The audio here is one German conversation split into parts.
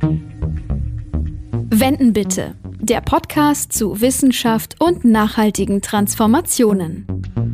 Wenden bitte. Der Podcast zu Wissenschaft und nachhaltigen Transformationen.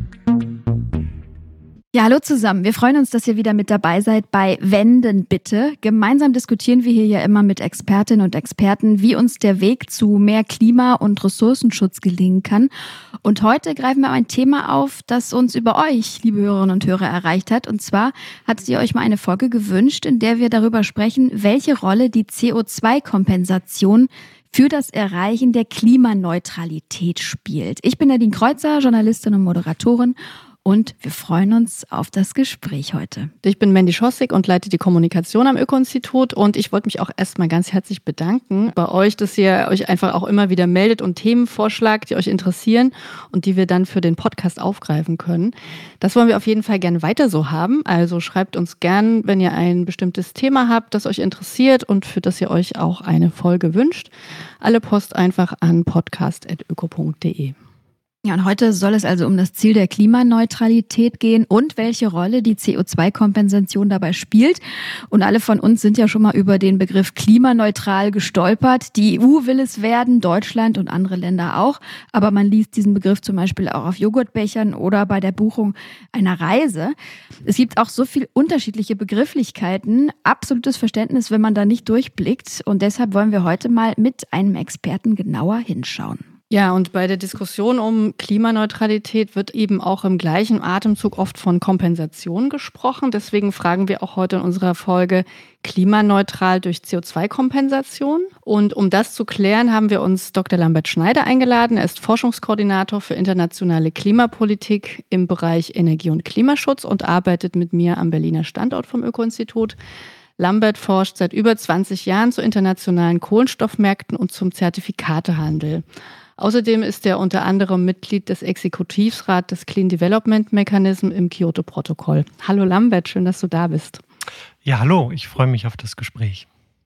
Ja, hallo zusammen. Wir freuen uns, dass ihr wieder mit dabei seid bei Wenden bitte. Gemeinsam diskutieren wir hier ja immer mit Expertinnen und Experten, wie uns der Weg zu mehr Klima- und Ressourcenschutz gelingen kann. Und heute greifen wir ein Thema auf, das uns über euch, liebe Hörerinnen und Hörer, erreicht hat. Und zwar hattet ihr euch mal eine Folge gewünscht, in der wir darüber sprechen, welche Rolle die CO2-Kompensation für das Erreichen der Klimaneutralität spielt. Ich bin Nadine Kreuzer, Journalistin und Moderatorin. Und wir freuen uns auf das Gespräch heute. Ich bin Mandy Schossig und leite die Kommunikation am Öko-Institut. Und ich wollte mich auch erstmal ganz herzlich bedanken bei euch, dass ihr euch einfach auch immer wieder meldet und Themen vorschlagt, die euch interessieren und die wir dann für den Podcast aufgreifen können. Das wollen wir auf jeden Fall gerne weiter so haben. Also schreibt uns gern, wenn ihr ein bestimmtes Thema habt, das euch interessiert und für das ihr euch auch eine Folge wünscht. Alle Post einfach an podcast@öko.de. Ja, und heute soll es also um das Ziel der Klimaneutralität gehen und welche Rolle die CO2-Kompensation dabei spielt. Und alle von uns sind ja schon mal über den Begriff klimaneutral gestolpert. Die EU will es werden, Deutschland und andere Länder auch. Aber man liest diesen Begriff zum Beispiel auch auf Joghurtbechern oder bei der Buchung einer Reise. Es gibt auch so viel unterschiedliche Begrifflichkeiten. Absolutes Verständnis, wenn man da nicht durchblickt. Und deshalb wollen wir heute mal mit einem Experten genauer hinschauen. Ja, und bei der Diskussion um Klimaneutralität wird eben auch im gleichen Atemzug oft von Kompensation gesprochen. Deswegen fragen wir auch heute in unserer Folge klimaneutral durch CO2-Kompensation. Und um das zu klären, haben wir uns Dr. Lambert Schneider eingeladen. Er ist Forschungskoordinator für internationale Klimapolitik im Bereich Energie- und Klimaschutz und arbeitet mit mir am Berliner Standort vom Öko-Institut. Lambert forscht seit über 20 Jahren zu internationalen Kohlenstoffmärkten und zum Zertifikatehandel. Außerdem ist er unter anderem Mitglied des Exekutivrats des Clean Development Mechanism im Kyoto-Protokoll. Hallo Lambert, schön, dass du da bist. Ja, hallo, ich freue mich auf das Gespräch.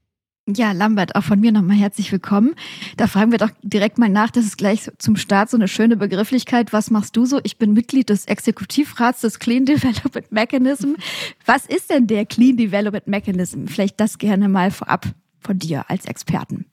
Ja, Lambert, auch von mir nochmal herzlich willkommen. Da fragen wir doch direkt mal nach, das ist gleich zum Start so eine schöne Begrifflichkeit. Was machst du so? Ich bin Mitglied des Exekutivrats des Clean Development Mechanism. Was ist denn der Clean Development Mechanism? Vielleicht das gerne mal vorab von dir als Experten.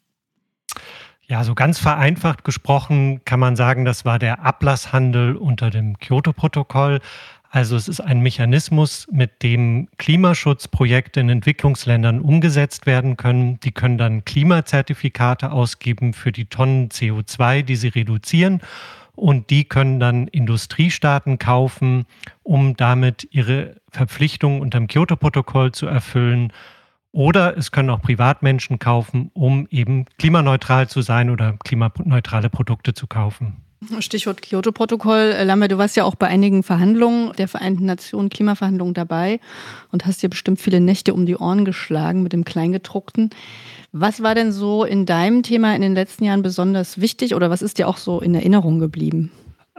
Ja, so ganz vereinfacht gesprochen kann man sagen, das war der Ablasshandel unter dem Kyoto-Protokoll. Also es ist ein Mechanismus, mit dem Klimaschutzprojekte in Entwicklungsländern umgesetzt werden können. Die können dann Klimazertifikate ausgeben für die Tonnen CO2, die sie reduzieren. Und die können dann Industriestaaten kaufen, um damit ihre Verpflichtungen unter dem Kyoto-Protokoll zu erfüllen. Oder es können auch Privatmenschen kaufen, um eben klimaneutral zu sein oder klimaneutrale Produkte zu kaufen. Stichwort Kyoto-Protokoll. Lambert, du warst ja auch bei einigen Verhandlungen der Vereinten Nationen, Klimaverhandlungen dabei und hast dir bestimmt viele Nächte um die Ohren geschlagen mit dem Kleingedruckten. Was war denn so in deinem Thema in den letzten Jahren besonders wichtig oder was ist dir auch so in Erinnerung geblieben?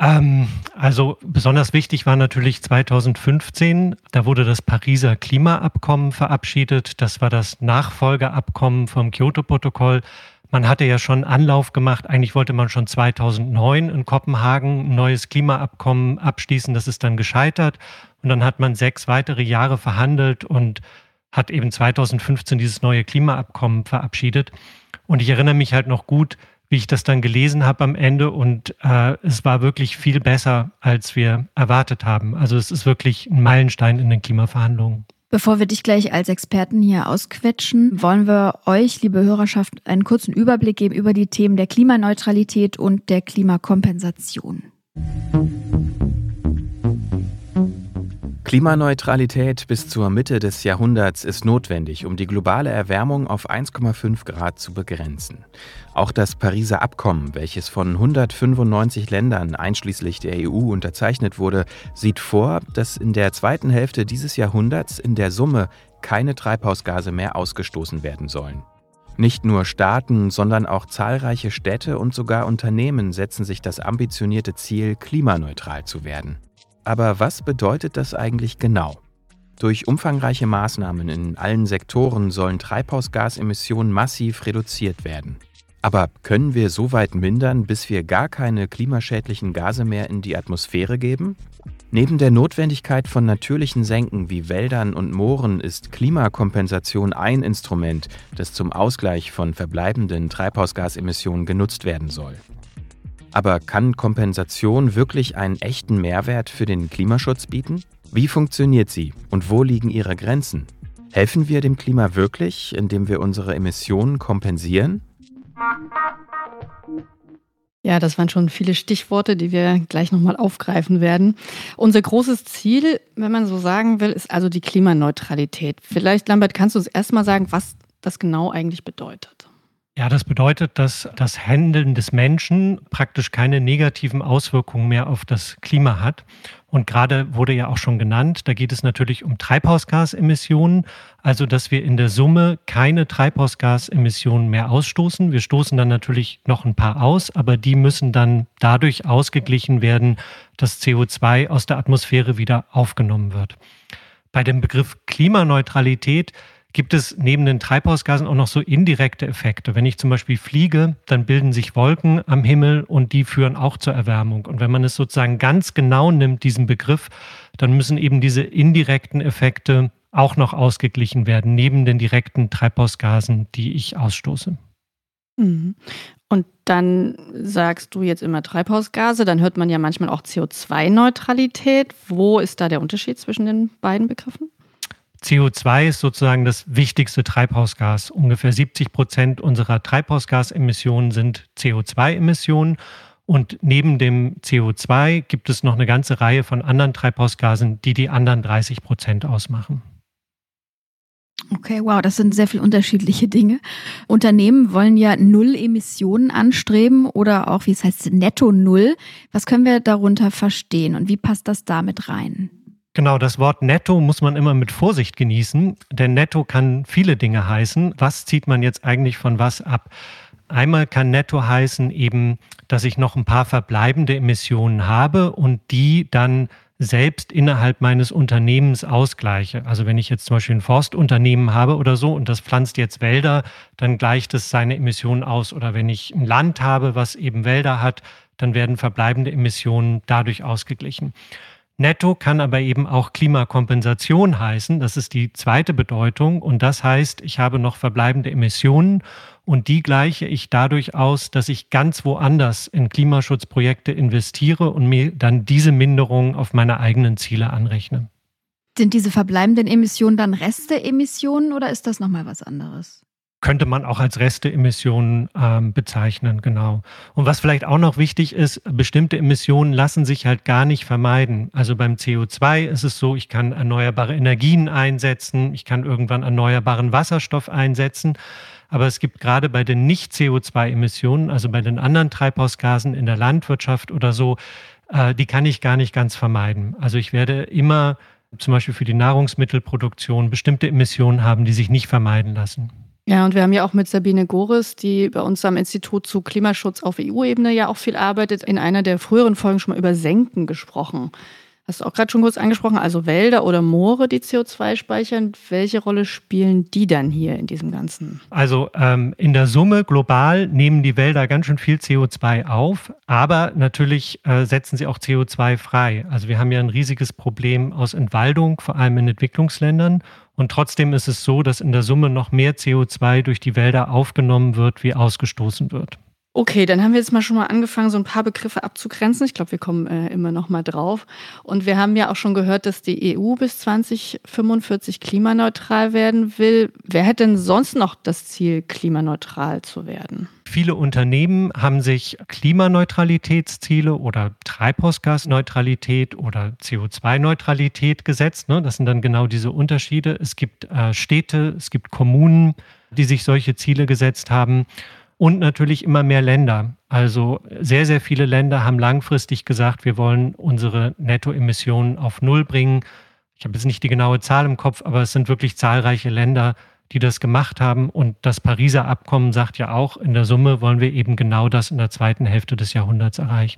Also besonders wichtig war natürlich 2015, da wurde das Pariser Klimaabkommen verabschiedet. Das war das Nachfolgeabkommen vom Kyoto-Protokoll. Man hatte ja schon Anlauf gemacht, eigentlich wollte man schon 2009 in Kopenhagen ein neues Klimaabkommen abschließen, das ist dann gescheitert. Und dann hat man 6 weitere Jahre verhandelt und hat eben 2015 dieses neue Klimaabkommen verabschiedet. Und ich erinnere mich halt noch gut, wie ich das dann gelesen habe am Ende und es war wirklich viel besser, als wir erwartet haben. Also es ist wirklich ein Meilenstein in den Klimaverhandlungen. Bevor wir dich gleich als Experten hier ausquetschen, wollen wir euch, liebe Hörerschaft, einen kurzen Überblick geben über die Themen der Klimaneutralität und der Klimakompensation. Klimaneutralität bis zur Mitte des Jahrhunderts ist notwendig, um die globale Erwärmung auf 1,5 Grad zu begrenzen. Auch das Pariser Abkommen, welches von 195 Ländern einschließlich der EU unterzeichnet wurde, sieht vor, dass in der zweiten Hälfte dieses Jahrhunderts in der Summe keine Treibhausgase mehr ausgestoßen werden sollen. Nicht nur Staaten, sondern auch zahlreiche Städte und sogar Unternehmen setzen sich das ambitionierte Ziel, klimaneutral zu werden. Aber was bedeutet das eigentlich genau? Durch umfangreiche Maßnahmen in allen Sektoren sollen Treibhausgasemissionen massiv reduziert werden. Aber können wir so weit mindern, bis wir gar keine klimaschädlichen Gase mehr in die Atmosphäre geben? Neben der Notwendigkeit von natürlichen Senken wie Wäldern und Mooren ist Klimakompensation ein Instrument, das zum Ausgleich von verbleibenden Treibhausgasemissionen genutzt werden soll. Aber kann Kompensation wirklich einen echten Mehrwert für den Klimaschutz bieten? Wie funktioniert sie und wo liegen ihre Grenzen? Helfen wir dem Klima wirklich, indem wir unsere Emissionen kompensieren? Ja, das waren schon viele Stichworte, die wir gleich nochmal aufgreifen werden. Unser großes Ziel, wenn man so sagen will, ist also die Klimaneutralität. Vielleicht, Lambert, kannst du uns erstmal sagen, was das genau eigentlich bedeutet? Ja, das bedeutet, dass das Handeln des Menschen praktisch keine negativen Auswirkungen mehr auf das Klima hat. Und gerade wurde ja auch schon genannt, da geht es natürlich um Treibhausgasemissionen, also dass wir in der Summe keine Treibhausgasemissionen mehr ausstoßen. Wir stoßen dann natürlich noch ein paar aus, aber die müssen dann dadurch ausgeglichen werden, dass CO2 aus der Atmosphäre wieder aufgenommen wird. Bei dem Begriff Klimaneutralität gibt es neben den Treibhausgasen auch noch so indirekte Effekte. Wenn ich zum Beispiel fliege, dann bilden sich Wolken am Himmel und die führen auch zur Erwärmung. Und wenn man es sozusagen ganz genau nimmt, diesen Begriff, dann müssen eben diese indirekten Effekte auch noch ausgeglichen werden, neben den direkten Treibhausgasen, die ich ausstoße. Mhm. Und dann sagst du jetzt immer Treibhausgase, dann hört man ja manchmal auch CO2-Neutralität. Wo ist da der Unterschied zwischen den beiden Begriffen? CO2 ist sozusagen das wichtigste Treibhausgas. Ungefähr 70% unserer Treibhausgasemissionen sind CO2-Emissionen. Und neben dem CO2 gibt es noch eine ganze Reihe von anderen Treibhausgasen, die anderen 30% ausmachen. Okay, wow, das sind sehr viele unterschiedliche Dinge. Unternehmen wollen ja Null Emissionen anstreben oder auch, wie es heißt, Netto Null. Was können wir darunter verstehen und wie passt das damit rein? Genau, das Wort Netto muss man immer mit Vorsicht genießen, denn Netto kann viele Dinge heißen. Was zieht man jetzt eigentlich von was ab? Einmal kann Netto heißen eben, dass ich noch ein paar verbleibende Emissionen habe und die dann selbst innerhalb meines Unternehmens ausgleiche. Also wenn ich jetzt zum Beispiel ein Forstunternehmen habe oder so und das pflanzt jetzt Wälder, dann gleicht es seine Emissionen aus. Oder wenn ich ein Land habe, was eben Wälder hat, dann werden verbleibende Emissionen dadurch ausgeglichen. Netto kann aber eben auch Klimakompensation heißen. Das ist die zweite Bedeutung. Und das heißt, ich habe noch verbleibende Emissionen und die gleiche ich dadurch aus, dass ich ganz woanders in Klimaschutzprojekte investiere und mir dann diese Minderung auf meine eigenen Ziele anrechne. Sind diese verbleibenden Emissionen dann Reste-Emissionen oder ist das nochmal was anderes? Könnte man auch als Reste-Emissionen bezeichnen, genau. Und was vielleicht auch noch wichtig ist, bestimmte Emissionen lassen sich halt gar nicht vermeiden. Also beim CO2 ist es so, ich kann erneuerbare Energien einsetzen, ich kann irgendwann erneuerbaren Wasserstoff einsetzen. Aber es gibt gerade bei den Nicht-CO2-Emissionen, also bei den anderen Treibhausgasen in der Landwirtschaft oder so, die kann ich gar nicht ganz vermeiden. Also ich werde immer zum Beispiel für die Nahrungsmittelproduktion bestimmte Emissionen haben, die sich nicht vermeiden lassen. Ja, und wir haben ja auch mit Sabine Goris, die bei uns am Institut zu Klimaschutz auf EU-Ebene ja auch viel arbeitet, in einer der früheren Folgen schon mal über Senken gesprochen. Hast du auch gerade schon kurz angesprochen, also Wälder oder Moore, die CO2 speichern. Welche Rolle spielen die dann hier in diesem Ganzen? Also in der Summe global nehmen die Wälder ganz schön viel CO2 auf, aber natürlich setzen sie auch CO2 frei. Also wir haben ja ein riesiges Problem aus Entwaldung, vor allem in Entwicklungsländern. Und trotzdem ist es so, dass in der Summe noch mehr CO2 durch die Wälder aufgenommen wird, wie ausgestoßen wird. Okay, dann haben wir jetzt mal schon mal angefangen, so ein paar Begriffe abzugrenzen. Ich glaube, wir kommen immer noch mal drauf. Und wir haben ja auch schon gehört, dass die EU bis 2045 klimaneutral werden will. Wer hat denn sonst noch das Ziel, klimaneutral zu werden? Viele Unternehmen haben sich Klimaneutralitätsziele oder Treibhausgasneutralität oder CO2-Neutralität gesetzt. Das sind dann genau diese Unterschiede. Es gibt Städte, es gibt Kommunen, die sich solche Ziele gesetzt haben. Und natürlich immer mehr Länder. Also sehr, sehr viele Länder haben langfristig gesagt, wir wollen unsere Nettoemissionen auf Null bringen. Ich habe jetzt nicht die genaue Zahl im Kopf, aber es sind wirklich zahlreiche Länder, die das gemacht haben. Und das Pariser Abkommen sagt ja auch, in der Summe wollen wir eben genau das in der zweiten Hälfte des Jahrhunderts erreichen.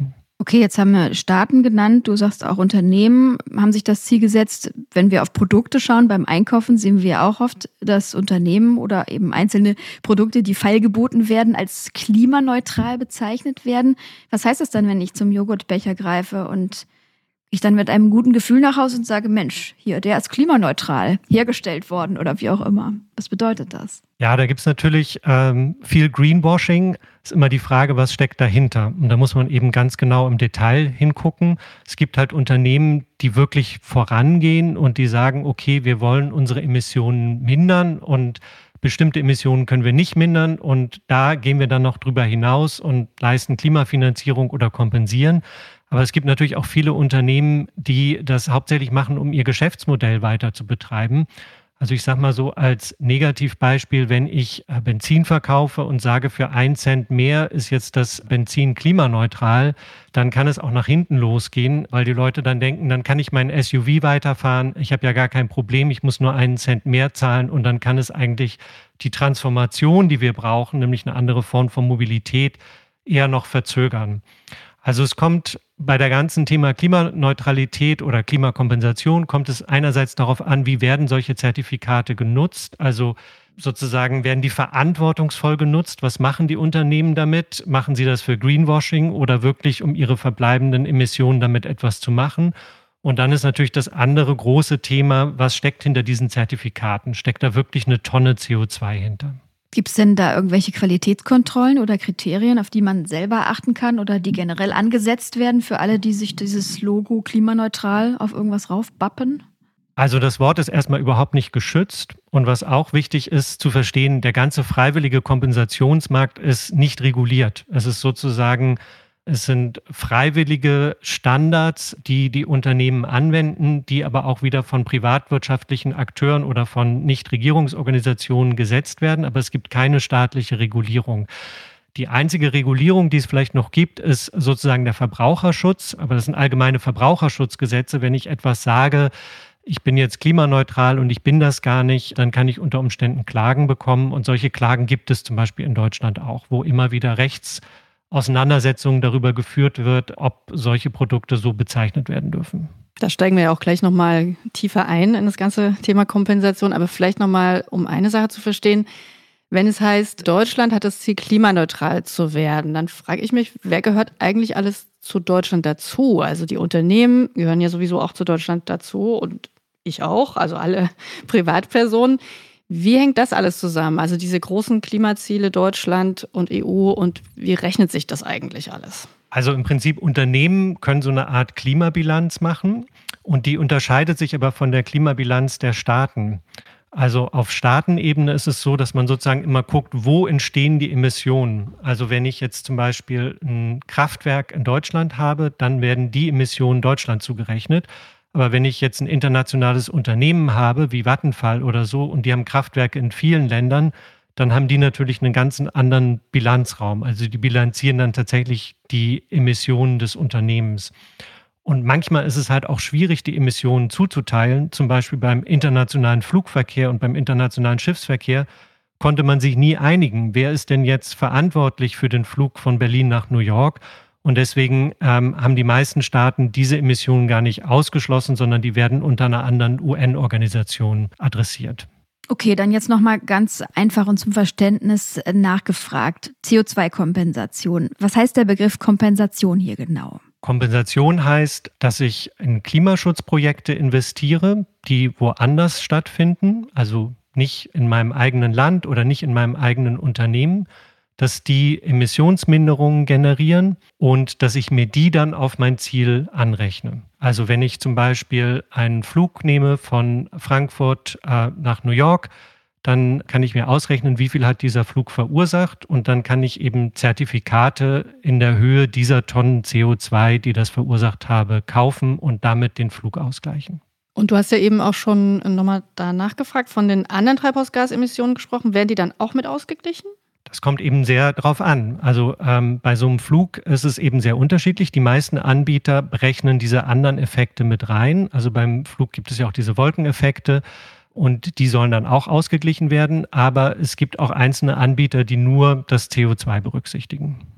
Okay, jetzt haben wir Staaten genannt, du sagst auch Unternehmen haben sich das Ziel gesetzt. Wenn wir auf Produkte schauen, beim Einkaufen sehen wir auch oft, dass Unternehmen oder eben einzelne Produkte, die feilgeboten werden, als klimaneutral bezeichnet werden. Was heißt das dann, wenn ich zum Joghurtbecher greife und ich dann mit einem guten Gefühl nach Hause und sage, Mensch, hier, der ist klimaneutral hergestellt worden oder wie auch immer. Was bedeutet das? Ja, da gibt es natürlich viel Greenwashing. Ist immer die Frage, was steckt dahinter? Und da muss man eben ganz genau im Detail hingucken. Es gibt halt Unternehmen, die wirklich vorangehen und die sagen, okay, wir wollen unsere Emissionen mindern und bestimmte Emissionen können wir nicht mindern und da gehen wir dann noch drüber hinaus und leisten Klimafinanzierung oder kompensieren. Aber es gibt natürlich auch viele Unternehmen, die das hauptsächlich machen, um ihr Geschäftsmodell weiter zu betreiben. Also ich sage mal so als Negativbeispiel, wenn ich Benzin verkaufe und sage, für 1 Cent mehr ist jetzt das Benzin klimaneutral, dann kann es auch nach hinten losgehen, weil die Leute dann denken, dann kann ich mein SUV weiterfahren, ich habe ja gar kein Problem, ich muss nur 1 Cent mehr zahlen und dann kann es eigentlich die Transformation, die wir brauchen, nämlich eine andere Form von Mobilität, eher noch verzögern. Also es kommt bei der ganzen Thema Klimaneutralität oder Klimakompensation kommt es einerseits darauf an, wie werden solche Zertifikate genutzt, also sozusagen werden die verantwortungsvoll genutzt, was machen die Unternehmen damit, machen sie das für Greenwashing oder wirklich um ihre verbleibenden Emissionen damit etwas zu machen? Und dann ist natürlich das andere große Thema, was steckt hinter diesen Zertifikaten, steckt da wirklich eine Tonne CO2 hinter? Gibt es denn da irgendwelche Qualitätskontrollen oder Kriterien, auf die man selber achten kann oder die generell angesetzt werden für alle, die sich dieses Logo klimaneutral auf irgendwas raufbappen? Also das Wort ist erstmal überhaupt nicht geschützt. Und was auch wichtig ist zu verstehen, der ganze freiwillige Kompensationsmarkt ist nicht reguliert. Es ist sozusagen, es sind freiwillige Standards, die die Unternehmen anwenden, die aber auch wieder von privatwirtschaftlichen Akteuren oder von Nichtregierungsorganisationen gesetzt werden. Aber es gibt keine staatliche Regulierung. Die einzige Regulierung, die es vielleicht noch gibt, ist sozusagen der Verbraucherschutz. Aber das sind allgemeine Verbraucherschutzgesetze. Wenn ich etwas sage, ich bin jetzt klimaneutral und ich bin das gar nicht, dann kann ich unter Umständen Klagen bekommen. Und solche Klagen gibt es zum Beispiel in Deutschland auch, wo immer wieder Auseinandersetzungen darüber geführt wird, ob solche Produkte so bezeichnet werden dürfen. Da steigen wir ja auch gleich nochmal tiefer ein in das ganze Thema Kompensation. Aber vielleicht nochmal, um eine Sache zu verstehen. Wenn es heißt, Deutschland hat das Ziel, klimaneutral zu werden, dann frage ich mich, wer gehört eigentlich alles zu Deutschland dazu? Also die Unternehmen gehören ja sowieso auch zu Deutschland dazu und ich auch, also alle Privatpersonen. Wie hängt das alles zusammen? Also diese großen Klimaziele Deutschland und EU und wie rechnet sich das eigentlich alles? Also im Prinzip Unternehmen können so eine Art Klimabilanz machen und die unterscheidet sich aber von der Klimabilanz der Staaten. Also auf Staatenebene ist es so, dass man sozusagen immer guckt, wo entstehen die Emissionen. Also wenn ich jetzt zum Beispiel ein Kraftwerk in Deutschland habe, dann werden die Emissionen Deutschland zugerechnet. Aber wenn ich jetzt ein internationales Unternehmen habe, wie Vattenfall oder so, und die haben Kraftwerke in vielen Ländern, dann haben die natürlich einen ganz anderen Bilanzraum. Also die bilanzieren dann tatsächlich die Emissionen des Unternehmens. Und manchmal ist es halt auch schwierig, die Emissionen zuzuteilen. Zum Beispiel beim internationalen Flugverkehr und beim internationalen Schiffsverkehr konnte man sich nie einigen. Wer ist denn jetzt verantwortlich für den Flug von Berlin nach New York? Und deswegen haben die meisten Staaten diese Emissionen gar nicht ausgeschlossen, sondern die werden unter einer anderen UN-Organisation adressiert. Okay, dann jetzt nochmal ganz einfach und zum Verständnis nachgefragt. CO2-Kompensation. Was heißt der Begriff Kompensation hier genau? Kompensation heißt, dass ich in Klimaschutzprojekte investiere, die woanders stattfinden, also nicht in meinem eigenen Land oder nicht in meinem eigenen Unternehmen, dass die Emissionsminderungen generieren und dass ich mir die dann auf mein Ziel anrechne. Also wenn ich zum Beispiel einen Flug nehme von Frankfurt nach New York, dann kann ich mir ausrechnen, wie viel hat dieser Flug verursacht und dann kann ich eben Zertifikate in der Höhe dieser Tonnen CO2, die das verursacht habe, kaufen und damit den Flug ausgleichen. Und du hast ja eben auch schon nochmal da nachgefragt, von den anderen Treibhausgasemissionen gesprochen. Werden die dann auch mit ausgeglichen? Das kommt eben sehr drauf an. Also bei so einem Flug ist es eben sehr unterschiedlich. Die meisten Anbieter berechnen diese anderen Effekte mit rein. Also beim Flug gibt es ja auch diese Wolkeneffekte und die sollen dann auch ausgeglichen werden. Aber es gibt auch einzelne Anbieter, die nur das CO2 berücksichtigen.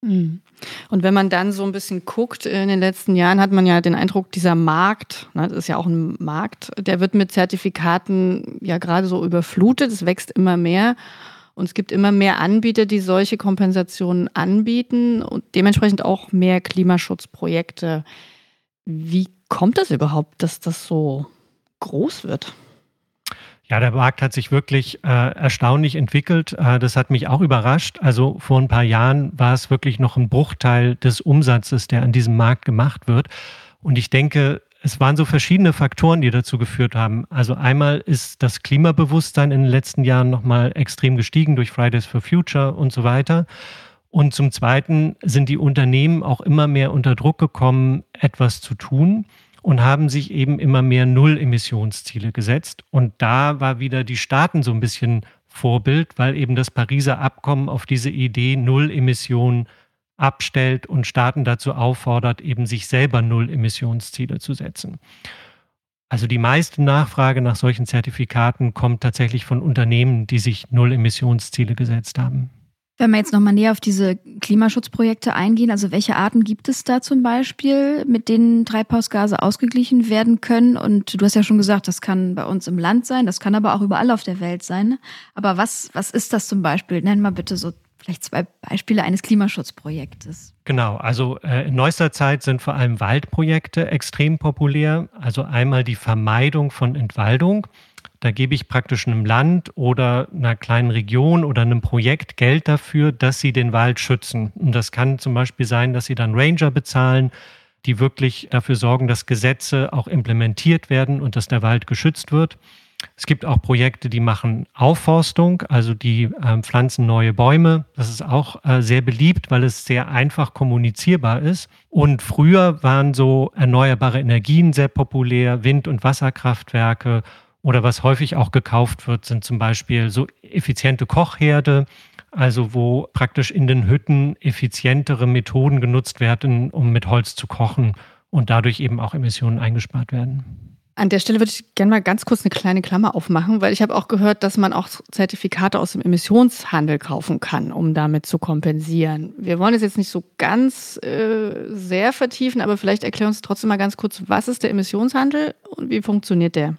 Und wenn man dann so ein bisschen guckt, in den letzten Jahren hat man ja den Eindruck, dieser Markt, das ist ja auch ein Markt, der wird mit Zertifikaten ja gerade so überflutet, es wächst immer mehr und es gibt immer mehr Anbieter, die solche Kompensationen anbieten und dementsprechend auch mehr Klimaschutzprojekte. Wie kommt das überhaupt, dass das so groß wird? Ja, der Markt hat sich wirklich erstaunlich entwickelt. Das hat mich auch überrascht. Also vor ein paar Jahren war es wirklich noch ein Bruchteil des Umsatzes, der an diesem Markt gemacht wird. Und ich denke, es waren so verschiedene Faktoren, die dazu geführt haben. Also einmal ist das Klimabewusstsein in den letzten Jahren nochmal extrem gestiegen durch Fridays for Future und so weiter. Und zum Zweiten sind die Unternehmen auch immer mehr unter Druck gekommen, etwas zu tun. Und haben sich eben immer mehr Null-Emissionsziele gesetzt. Und da war wieder die Staaten so ein bisschen Vorbild, weil eben das Pariser Abkommen auf diese Idee Null-Emissionen abstellt und Staaten dazu auffordert, eben sich selber Null-Emissionsziele zu setzen. Also die meiste Nachfrage nach solchen Zertifikaten kommt tatsächlich von Unternehmen, die sich Null-Emissionsziele gesetzt haben. Wenn wir jetzt nochmal näher auf diese Klimaschutzprojekte eingehen, also welche Arten gibt es da zum Beispiel, mit denen Treibhausgase ausgeglichen werden können? Und du hast ja schon gesagt, das kann bei uns im Land sein, das kann aber auch überall auf der Welt sein. Aber was ist das zum Beispiel? Nenn mal bitte so vielleicht 2 Beispiele eines Klimaschutzprojektes. Genau, also in neuester Zeit sind vor allem Waldprojekte extrem populär. Also einmal die Vermeidung von Entwaldung. Da gebe ich praktisch einem Land oder einer kleinen Region oder einem Projekt Geld dafür, dass sie den Wald schützen. Und das kann zum Beispiel sein, dass sie dann Ranger bezahlen, die wirklich dafür sorgen, dass Gesetze auch implementiert werden und dass der Wald geschützt wird. Es gibt auch Projekte, die machen Aufforstung, also die pflanzen neue Bäume. Das ist auch sehr beliebt, weil es sehr einfach kommunizierbar ist. Und früher waren so erneuerbare Energien sehr populär, Wind- und Wasserkraftwerke. Oder was häufig auch gekauft wird, sind zum Beispiel so effiziente Kochherde, also wo praktisch in den Hütten effizientere Methoden genutzt werden, um mit Holz zu kochen und dadurch eben auch Emissionen eingespart werden. An der Stelle würde ich gerne mal ganz kurz eine kleine Klammer aufmachen, weil ich habe auch gehört, dass man auch Zertifikate aus dem Emissionshandel kaufen kann, um damit zu kompensieren. Wir wollen es jetzt nicht so ganz sehr vertiefen, aber vielleicht erklär uns trotzdem mal ganz kurz, was ist der Emissionshandel und wie funktioniert der?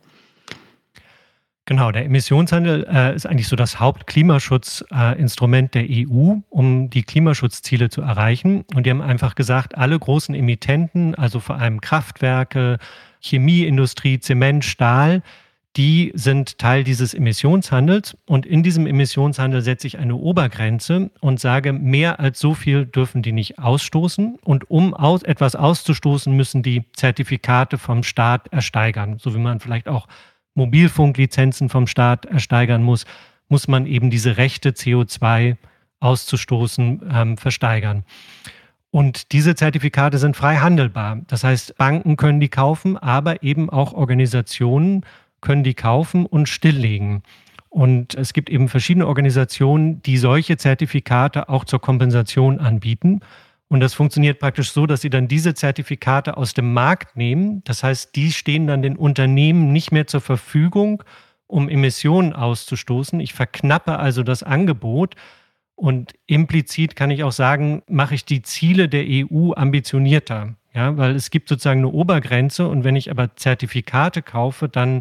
Genau, der Emissionshandel ist eigentlich so das Hauptklimaschutzinstrument der EU, um die Klimaschutzziele zu erreichen. Und die haben einfach gesagt, alle großen Emittenten, also vor allem Kraftwerke, Chemieindustrie, Zement, Stahl, die sind Teil dieses Emissionshandels. Und in diesem Emissionshandel setze ich eine Obergrenze und sage, mehr als so viel dürfen die nicht ausstoßen. Und um etwas auszustoßen, müssen die Zertifikate vom Staat ersteigern, so wie man vielleicht auch Mobilfunklizenzen vom Staat ersteigern muss man eben diese Rechte, CO2 auszustoßen, versteigern. Und diese Zertifikate sind frei handelbar. Das heißt, Banken können die kaufen, aber eben auch Organisationen können die kaufen und stilllegen. Und es gibt eben verschiedene Organisationen, die solche Zertifikate auch zur Kompensation anbieten. Und das funktioniert praktisch so, dass sie dann diese Zertifikate aus dem Markt nehmen. Das heißt, die stehen dann den Unternehmen nicht mehr zur Verfügung, um Emissionen auszustoßen. Ich verknappe also das Angebot. Und implizit kann ich auch sagen, mache ich die Ziele der EU ambitionierter. Ja, weil es gibt sozusagen eine Obergrenze. Und wenn ich aber Zertifikate kaufe, dann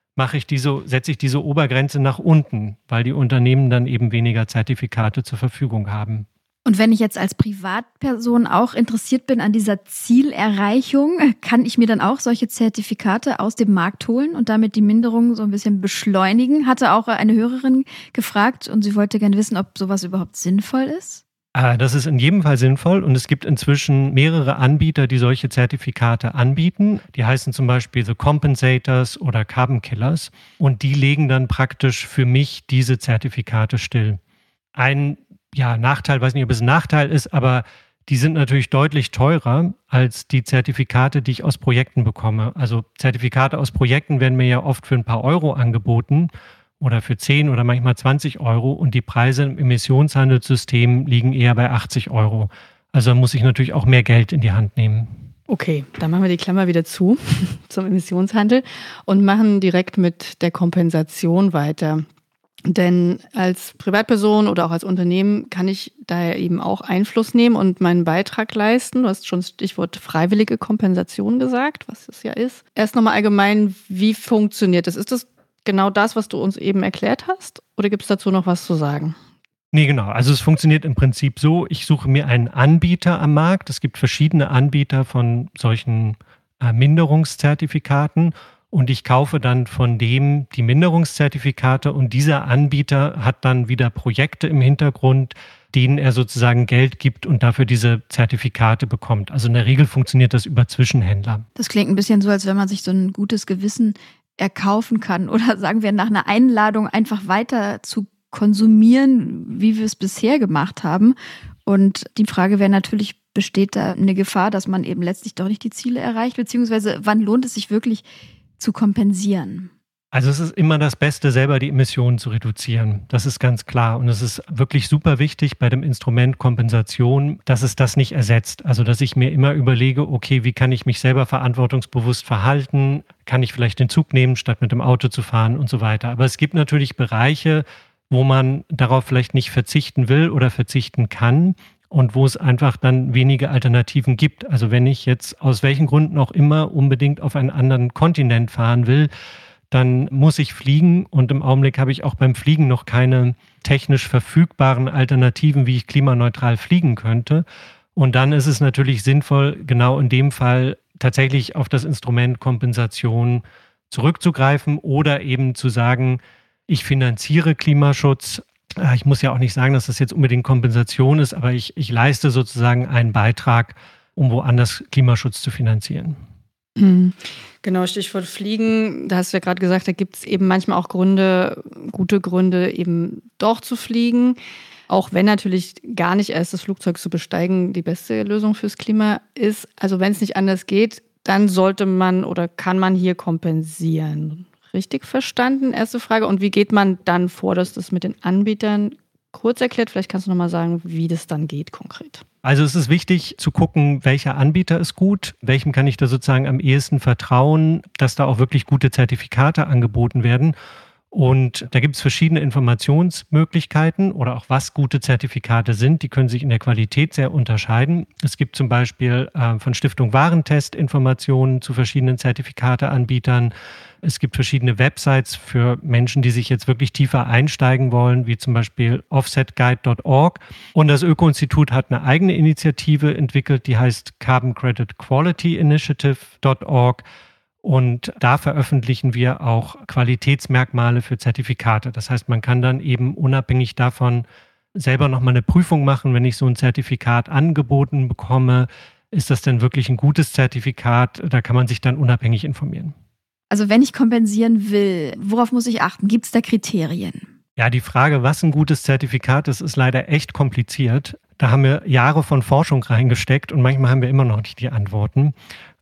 setze ich diese Obergrenze nach unten, weil die Unternehmen dann eben weniger Zertifikate zur Verfügung haben. Und wenn ich jetzt als Privatperson auch interessiert bin an dieser Zielerreichung, kann ich mir dann auch solche Zertifikate aus dem Markt holen und damit die Minderung so ein bisschen beschleunigen? Hatte auch eine Hörerin gefragt und sie wollte gerne wissen, ob sowas überhaupt sinnvoll ist. Das ist in jedem Fall sinnvoll und es gibt inzwischen mehrere Anbieter, die solche Zertifikate anbieten. Die heißen zum Beispiel The Compensators oder Carbon Killers und die legen dann praktisch für mich diese Zertifikate still. Ein Nachteil, weiß nicht, ob es ein Nachteil ist, aber die sind natürlich deutlich teurer als die Zertifikate, die ich aus Projekten bekomme. Also Zertifikate aus Projekten werden mir ja oft für ein paar Euro angeboten oder für 10 oder manchmal 20 Euro und die Preise im Emissionshandelssystem liegen eher bei 80 Euro. Also muss ich natürlich auch mehr Geld in die Hand nehmen. Okay, dann machen wir die Klammer wieder zu zum Emissionshandel und machen direkt mit der Kompensation weiter. Denn als Privatperson oder auch als Unternehmen kann ich daher eben auch Einfluss nehmen und meinen Beitrag leisten. Du hast schon das Stichwort freiwillige Kompensation gesagt, was es ja ist. Erst nochmal allgemein, wie funktioniert das? Ist das genau das, was du uns eben erklärt hast? Oder gibt es dazu noch was zu sagen? Nee, genau. Also es funktioniert im Prinzip so, ich suche mir einen Anbieter am Markt. Es gibt verschiedene Anbieter von solchen Minderungszertifikaten. Und ich kaufe dann von dem die Minderungszertifikate und dieser Anbieter hat dann wieder Projekte im Hintergrund, denen er sozusagen Geld gibt und dafür diese Zertifikate bekommt. Also in der Regel funktioniert das über Zwischenhändler. Das klingt ein bisschen so, als wenn man sich so ein gutes Gewissen erkaufen kann oder sagen wir nach einer Einladung einfach weiter zu konsumieren, wie wir es bisher gemacht haben. Und die Frage wäre natürlich, besteht da eine Gefahr, dass man eben letztlich doch nicht die Ziele erreicht, beziehungsweise wann lohnt es sich wirklich zu kompensieren? Also es ist immer das Beste, selber die Emissionen zu reduzieren. Das ist ganz klar. Und es ist wirklich super wichtig bei dem Instrument Kompensation, dass es das nicht ersetzt. Also dass ich mir immer überlege, okay, wie kann ich mich selber verantwortungsbewusst verhalten? Kann ich vielleicht den Zug nehmen, statt mit dem Auto zu fahren und so weiter. Aber es gibt natürlich Bereiche, wo man darauf vielleicht nicht verzichten will oder verzichten kann. Und wo es einfach dann wenige Alternativen gibt. Also wenn ich jetzt aus welchen Gründen auch immer unbedingt auf einen anderen Kontinent fahren will, dann muss ich fliegen. Und im Augenblick habe ich auch beim Fliegen noch keine technisch verfügbaren Alternativen, wie ich klimaneutral fliegen könnte. Und dann ist es natürlich sinnvoll, genau in dem Fall tatsächlich auf das Instrument Kompensation zurückzugreifen oder eben zu sagen, ich finanziere Klimaschutz. Ich muss ja auch nicht sagen, dass das jetzt unbedingt Kompensation ist, aber ich leiste sozusagen einen Beitrag, um woanders Klimaschutz zu finanzieren. Genau, Stichwort Fliegen, da hast du ja gerade gesagt, da gibt es eben manchmal auch Gründe, gute Gründe eben doch zu fliegen. Auch wenn natürlich gar nicht erst das Flugzeug zu besteigen die beste Lösung fürs Klima ist. Also wenn es nicht anders geht, dann sollte man oder kann man hier kompensieren. Richtig verstanden? Erste Frage. Und wie geht man dann vor, dass das mit den Anbietern kurz erklärt? Vielleicht kannst du nochmal sagen, wie das dann geht konkret. Also es ist wichtig zu gucken, welcher Anbieter ist gut, welchem kann ich da sozusagen am ehesten vertrauen, dass da auch wirklich gute Zertifikate angeboten werden. Und da gibt es verschiedene Informationsmöglichkeiten oder auch was gute Zertifikate sind. Die können sich in der Qualität sehr unterscheiden. Es gibt zum Beispiel von Stiftung Warentest Informationen zu verschiedenen Zertifikateanbietern. Es gibt verschiedene Websites für Menschen, die sich jetzt wirklich tiefer einsteigen wollen, wie zum Beispiel offsetguide.org. Und das Öko-Institut hat eine eigene Initiative entwickelt, die heißt Carbon Credit Quality Initiative.org. Und da veröffentlichen wir auch Qualitätsmerkmale für Zertifikate. Das heißt, man kann dann eben unabhängig davon selber nochmal eine Prüfung machen, wenn ich so ein Zertifikat angeboten bekomme. Ist das denn wirklich ein gutes Zertifikat? Da kann man sich dann unabhängig informieren. Also wenn ich kompensieren will, worauf muss ich achten? Gibt es da Kriterien? Ja, die Frage, was ein gutes Zertifikat ist leider echt kompliziert. Da haben wir Jahre von Forschung reingesteckt und manchmal haben wir immer noch nicht die Antworten.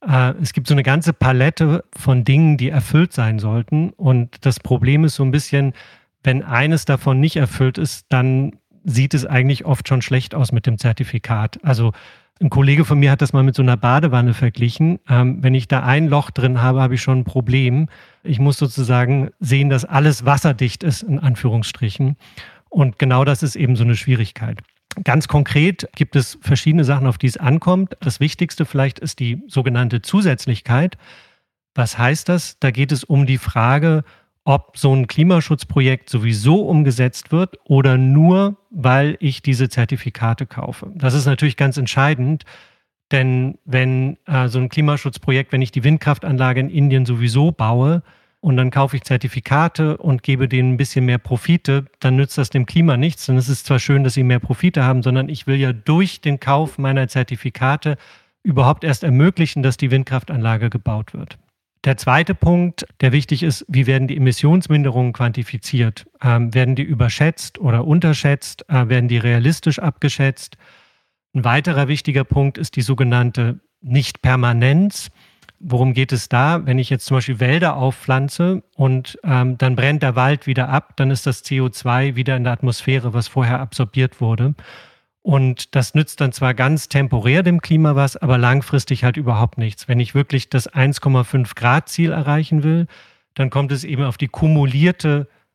Es gibt so eine ganze Palette von Dingen, die erfüllt sein sollten. Und das Problem ist so ein bisschen, wenn eines davon nicht erfüllt ist, dann sieht es eigentlich oft schon schlecht aus mit dem Zertifikat. Also ein Kollege von mir hat das mal mit so einer Badewanne verglichen. Wenn ich da ein Loch drin habe, habe ich schon ein Problem. Ich muss sozusagen sehen, dass alles wasserdicht ist, in Anführungsstrichen. Und genau das ist eben so eine Schwierigkeit. Ganz konkret gibt es verschiedene Sachen, auf die es ankommt. Das Wichtigste vielleicht ist die sogenannte Zusätzlichkeit. Was heißt das? Da geht es um die Frage, ob so ein Klimaschutzprojekt sowieso umgesetzt wird oder nur, weil ich diese Zertifikate kaufe. Das ist natürlich ganz entscheidend, denn wenn so ein Klimaschutzprojekt, wenn ich die Windkraftanlage in Indien sowieso baue, und dann kaufe ich Zertifikate und gebe denen ein bisschen mehr Profite, dann nützt das dem Klima nichts. Denn es ist zwar schön, dass sie mehr Profite haben, sondern ich will ja durch den Kauf meiner Zertifikate überhaupt erst ermöglichen, dass die Windkraftanlage gebaut wird. Der zweite Punkt, der wichtig ist, wie werden die Emissionsminderungen quantifiziert? Werden die überschätzt oder unterschätzt? Werden die realistisch abgeschätzt? Ein weiterer wichtiger Punkt ist die sogenannte Nichtpermanenz. Worum geht es da? Wenn ich jetzt zum Beispiel Wälder aufpflanze und dann brennt der Wald wieder ab, dann ist das CO2 wieder in der Atmosphäre, was vorher absorbiert wurde. Und das nützt dann zwar ganz temporär dem Klima was, aber langfristig halt überhaupt nichts. Wenn ich wirklich das 1,5 Grad Ziel erreichen will, dann kommt es eben auf die kumulierte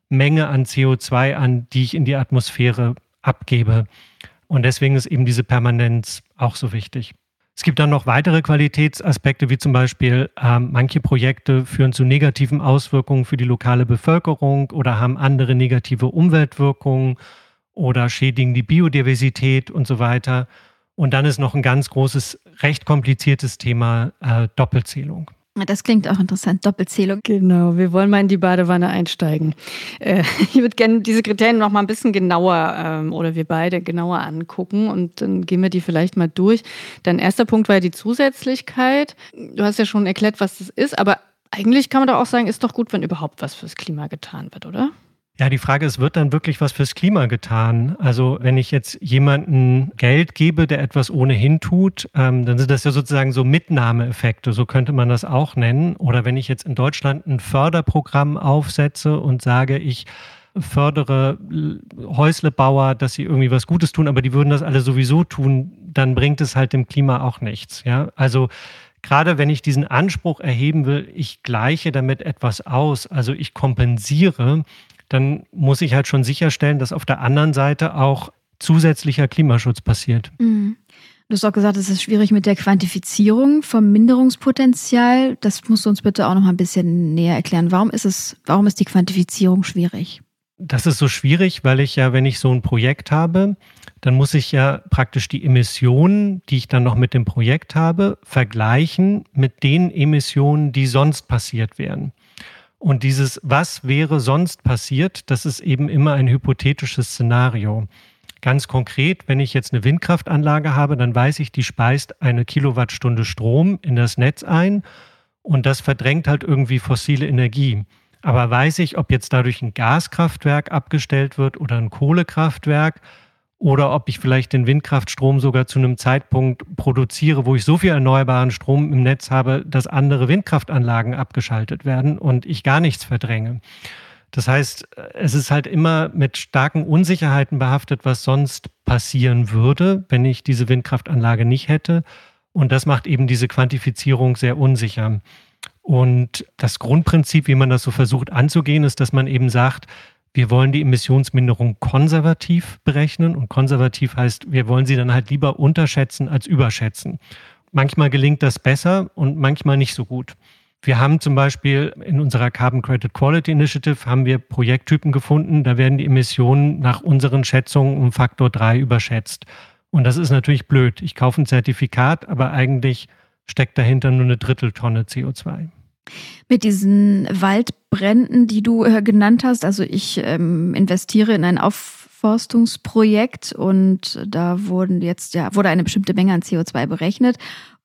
Menge an CO2 an, die ich in die Atmosphäre abgebe. Und deswegen ist eben diese Permanenz auch so wichtig. Es gibt dann noch weitere Qualitätsaspekte, wie zum Beispiel manche Projekte führen zu negativen Auswirkungen für die lokale Bevölkerung oder haben andere negative Umweltwirkungen oder schädigen die Biodiversität und so weiter. Und dann ist noch ein ganz großes, recht kompliziertes Thema Doppelzählung. Das klingt auch interessant, Doppelzählung. Genau, wir wollen mal in die Badewanne einsteigen. Ich würde gerne diese Kriterien noch mal ein bisschen genauer oder wir beide genauer angucken und dann gehen wir die vielleicht mal durch. Dein erster Punkt war ja die Zusätzlichkeit. Du hast ja schon erklärt, was das ist, aber eigentlich kann man doch auch sagen, ist doch gut, wenn überhaupt was fürs Klima getan wird, oder? Ja, die Frage ist, wird dann wirklich was fürs Klima getan? Also wenn ich jetzt jemandem Geld gebe, der etwas ohnehin tut, dann sind das ja sozusagen so Mitnahmeeffekte, so könnte man das auch nennen. Oder wenn ich jetzt in Deutschland ein Förderprogramm aufsetze und sage, ich fördere Häuslebauer, dass sie irgendwie was Gutes tun, aber die würden das alle sowieso tun, dann bringt es halt dem Klima auch nichts. Ja? Also gerade wenn ich diesen Anspruch erheben will, ich gleiche damit etwas aus, also ich kompensiere, dann muss ich halt schon sicherstellen, dass auf der anderen Seite auch zusätzlicher Klimaschutz passiert. Mhm. Du hast auch gesagt, es ist schwierig mit der Quantifizierung vom Minderungspotenzial. Das musst du uns bitte auch noch mal ein bisschen näher erklären. Warum ist die Quantifizierung schwierig? Das ist so schwierig, weil ich ja, wenn ich so ein Projekt habe, dann muss ich ja praktisch die Emissionen, die ich dann noch mit dem Projekt habe, vergleichen mit den Emissionen, die sonst passiert wären. Und dieses, was wäre sonst passiert, das ist eben immer ein hypothetisches Szenario. Ganz konkret, wenn ich jetzt eine Windkraftanlage habe, dann weiß ich, die speist eine Kilowattstunde Strom in das Netz ein und das verdrängt halt irgendwie fossile Energie. Aber weiß ich, ob jetzt dadurch ein Gaskraftwerk abgestellt wird oder ein Kohlekraftwerk oder ob ich vielleicht den Windkraftstrom sogar zu einem Zeitpunkt produziere, wo ich so viel erneuerbaren Strom im Netz habe, dass andere Windkraftanlagen abgeschaltet werden und ich gar nichts verdränge. Das heißt, es ist halt immer mit starken Unsicherheiten behaftet, was sonst passieren würde, wenn ich diese Windkraftanlage nicht hätte. Und das macht eben diese Quantifizierung sehr unsicher. Und das Grundprinzip, wie man das so versucht anzugehen, ist, dass man eben sagt, wir wollen die Emissionsminderung konservativ berechnen und konservativ heißt, wir wollen sie dann halt lieber unterschätzen als überschätzen. Manchmal gelingt das besser und manchmal nicht so gut. Wir haben zum Beispiel in unserer Carbon Credit Quality Initiative haben wir Projekttypen gefunden, da werden die Emissionen nach unseren Schätzungen um Faktor 3 überschätzt. Und das ist natürlich blöd. Ich kaufe ein Zertifikat, aber eigentlich steckt dahinter nur eine Dritteltonne CO2. Mit diesen Waldbränden, die du genannt hast, also ich investiere in ein Aufforstungsprojekt und da wurde eine bestimmte Menge an CO2 berechnet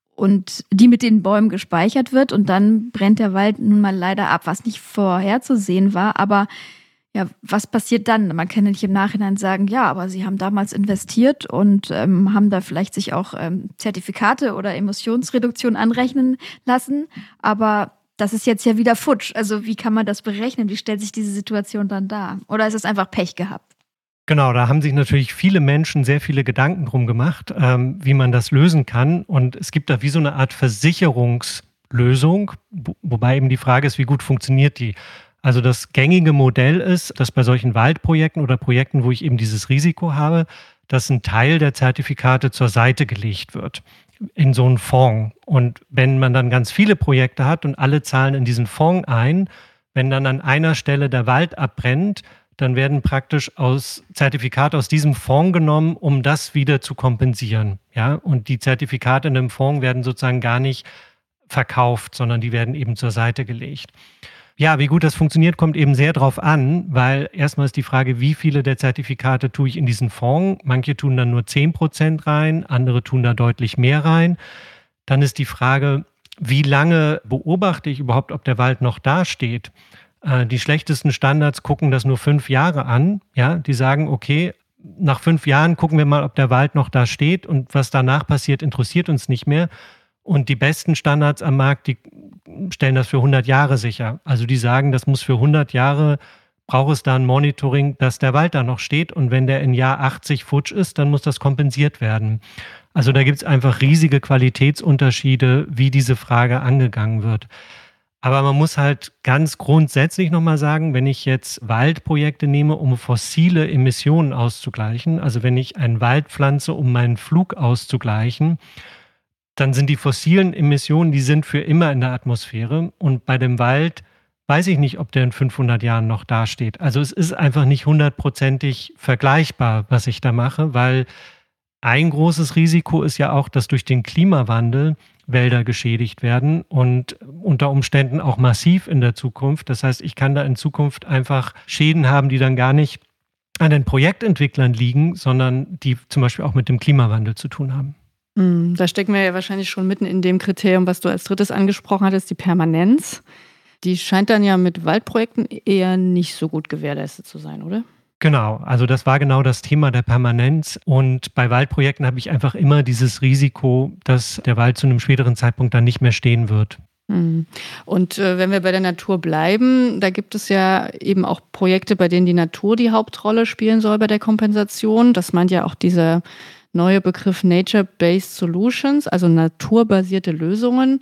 und die mit den Bäumen gespeichert wird und dann brennt der Wald nun mal leider ab, was nicht vorherzusehen war, aber ja, was passiert dann? Man kann ja nicht im Nachhinein sagen, ja, aber sie haben damals investiert und haben da vielleicht sich auch Zertifikate oder Emissionsreduktion anrechnen lassen, aber das ist jetzt ja wieder futsch. Also wie kann man das berechnen? Wie stellt sich diese Situation dann dar? Oder ist es einfach Pech gehabt? Genau, da haben sich natürlich viele Menschen sehr viele Gedanken drum gemacht, wie man das lösen kann. Und es gibt da wie so eine Art Versicherungslösung, wobei eben die Frage ist, wie gut funktioniert die? Also das gängige Modell ist, dass bei solchen Waldprojekten oder Projekten, wo ich eben dieses Risiko habe, dass ein Teil der Zertifikate zur Seite gelegt wird in so einen Fonds. Und wenn man dann ganz viele Projekte hat und alle zahlen in diesen Fonds ein, wenn dann an einer Stelle der Wald abbrennt, dann werden praktisch Zertifikate aus diesem Fonds genommen, um das wieder zu kompensieren. Ja? Und die Zertifikate in dem Fonds werden sozusagen gar nicht verkauft, sondern die werden eben zur Seite gelegt. Ja, wie gut das funktioniert, kommt eben sehr drauf an, weil erstmal ist die Frage, wie viele der Zertifikate tue ich in diesen Fonds. Manche tun dann nur 10% rein, andere tun da deutlich mehr rein. Dann ist die Frage, wie lange beobachte ich überhaupt, ob der Wald noch dasteht. Die schlechtesten Standards gucken das nur 5 Jahre an. Ja, die sagen, okay, nach 5 Jahren gucken wir mal, ob der Wald noch da steht und was danach passiert, interessiert uns nicht mehr. Und die besten Standards am Markt, die stellen das für 100 Jahre sicher. Also die sagen, das muss für 100 Jahre, braucht es da ein Monitoring, dass der Wald da noch steht. Und wenn der in Jahr 80 futsch ist, dann muss das kompensiert werden. Also da gibt es einfach riesige Qualitätsunterschiede, wie diese Frage angegangen wird. Aber man muss halt ganz grundsätzlich nochmal sagen, wenn ich jetzt Waldprojekte nehme, um fossile Emissionen auszugleichen, also wenn ich einen Wald pflanze, um meinen Flug auszugleichen, dann sind die fossilen Emissionen, die sind für immer in der Atmosphäre. Und bei dem Wald weiß ich nicht, ob der in 500 Jahren noch dasteht. Also es ist einfach nicht 100%ig vergleichbar, was ich da mache, weil ein großes Risiko ist ja auch, dass durch den Klimawandel Wälder geschädigt werden und unter Umständen auch massiv in der Zukunft. Das heißt, ich kann da in Zukunft einfach Schäden haben, die dann gar nicht an den Projektentwicklern liegen, sondern die zum Beispiel auch mit dem Klimawandel zu tun haben. Da stecken wir ja wahrscheinlich schon mitten in dem Kriterium, was du als drittes angesprochen hattest, die Permanenz. Die scheint dann ja mit Waldprojekten eher nicht so gut gewährleistet zu sein, oder? Genau, also das war genau das Thema der Permanenz. Und bei Waldprojekten habe ich einfach immer dieses Risiko, dass der Wald zu einem späteren Zeitpunkt dann nicht mehr stehen wird. Und wenn wir bei der Natur bleiben, da gibt es ja eben auch Projekte, bei denen die Natur die Hauptrolle spielen soll bei der Kompensation. Das meint ja auch dieser neue Begriff Nature-Based Solutions, also naturbasierte Lösungen.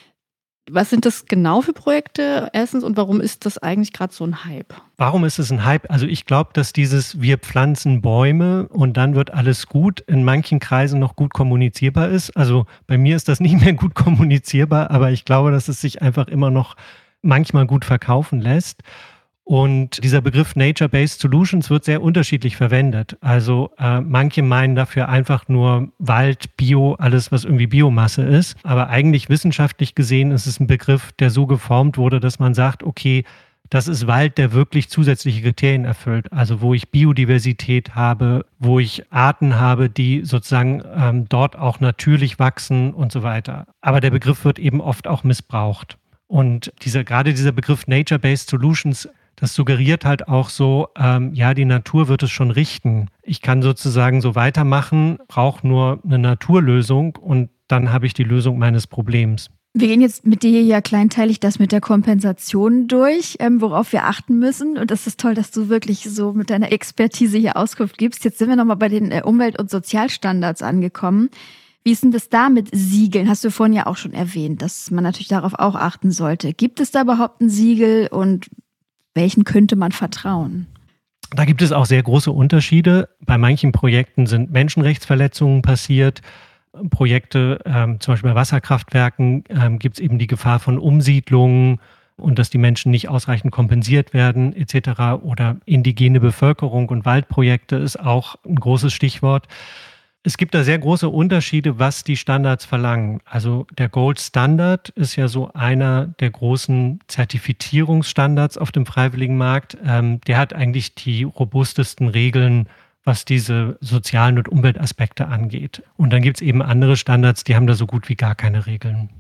Was sind das genau für Projekte erstens und warum ist das eigentlich gerade so ein Hype? Warum ist es ein Hype? Also ich glaube, dass dieses wir pflanzen Bäume und dann wird alles gut in manchen Kreisen noch gut kommunizierbar ist. Also bei mir ist das nicht mehr gut kommunizierbar, aber ich glaube, dass es sich einfach immer noch manchmal gut verkaufen lässt. Und dieser Begriff Nature-Based Solutions wird sehr unterschiedlich verwendet. Also manche meinen dafür einfach nur Wald, Bio, alles, was irgendwie Biomasse ist. Aber eigentlich wissenschaftlich gesehen ist es ein Begriff, der so geformt wurde, dass man sagt, okay, das ist Wald, der wirklich zusätzliche Kriterien erfüllt. Also wo ich Biodiversität habe, wo ich Arten habe, die sozusagen dort auch natürlich wachsen und so weiter. Aber der Begriff wird eben oft auch missbraucht. Und gerade dieser Begriff Nature-Based Solutions, das suggeriert halt auch so, ja, die Natur wird es schon richten. Ich kann sozusagen so weitermachen, brauche nur eine Naturlösung und dann habe ich die Lösung meines Problems. Wir gehen jetzt mit dir ja kleinteilig das mit der Kompensation durch, worauf wir achten müssen. Und das ist toll, dass du wirklich so mit deiner Expertise hier Auskunft gibst. Jetzt sind wir nochmal bei den Umwelt- und Sozialstandards angekommen. Wie ist denn das da mit Siegeln? Hast du vorhin ja auch schon erwähnt, dass man natürlich darauf auch achten sollte. Gibt es da überhaupt ein Siegel und welchen könnte man vertrauen? Da gibt es auch sehr große Unterschiede. Bei manchen Projekten sind Menschenrechtsverletzungen passiert. Projekte, zum Beispiel bei Wasserkraftwerken, gibt es eben die Gefahr von Umsiedlungen und dass die Menschen nicht ausreichend kompensiert werden etc. Oder indigene Bevölkerung und Waldprojekte ist auch ein großes Stichwort. Es gibt da sehr große Unterschiede, was die Standards verlangen. Also der Gold Standard ist ja so einer der großen Zertifizierungsstandards auf dem freiwilligen Markt. Der hat eigentlich die robustesten Regeln, was diese sozialen und Umweltaspekte angeht. Und dann gibt es eben andere Standards, die haben da so gut wie gar keine Regeln.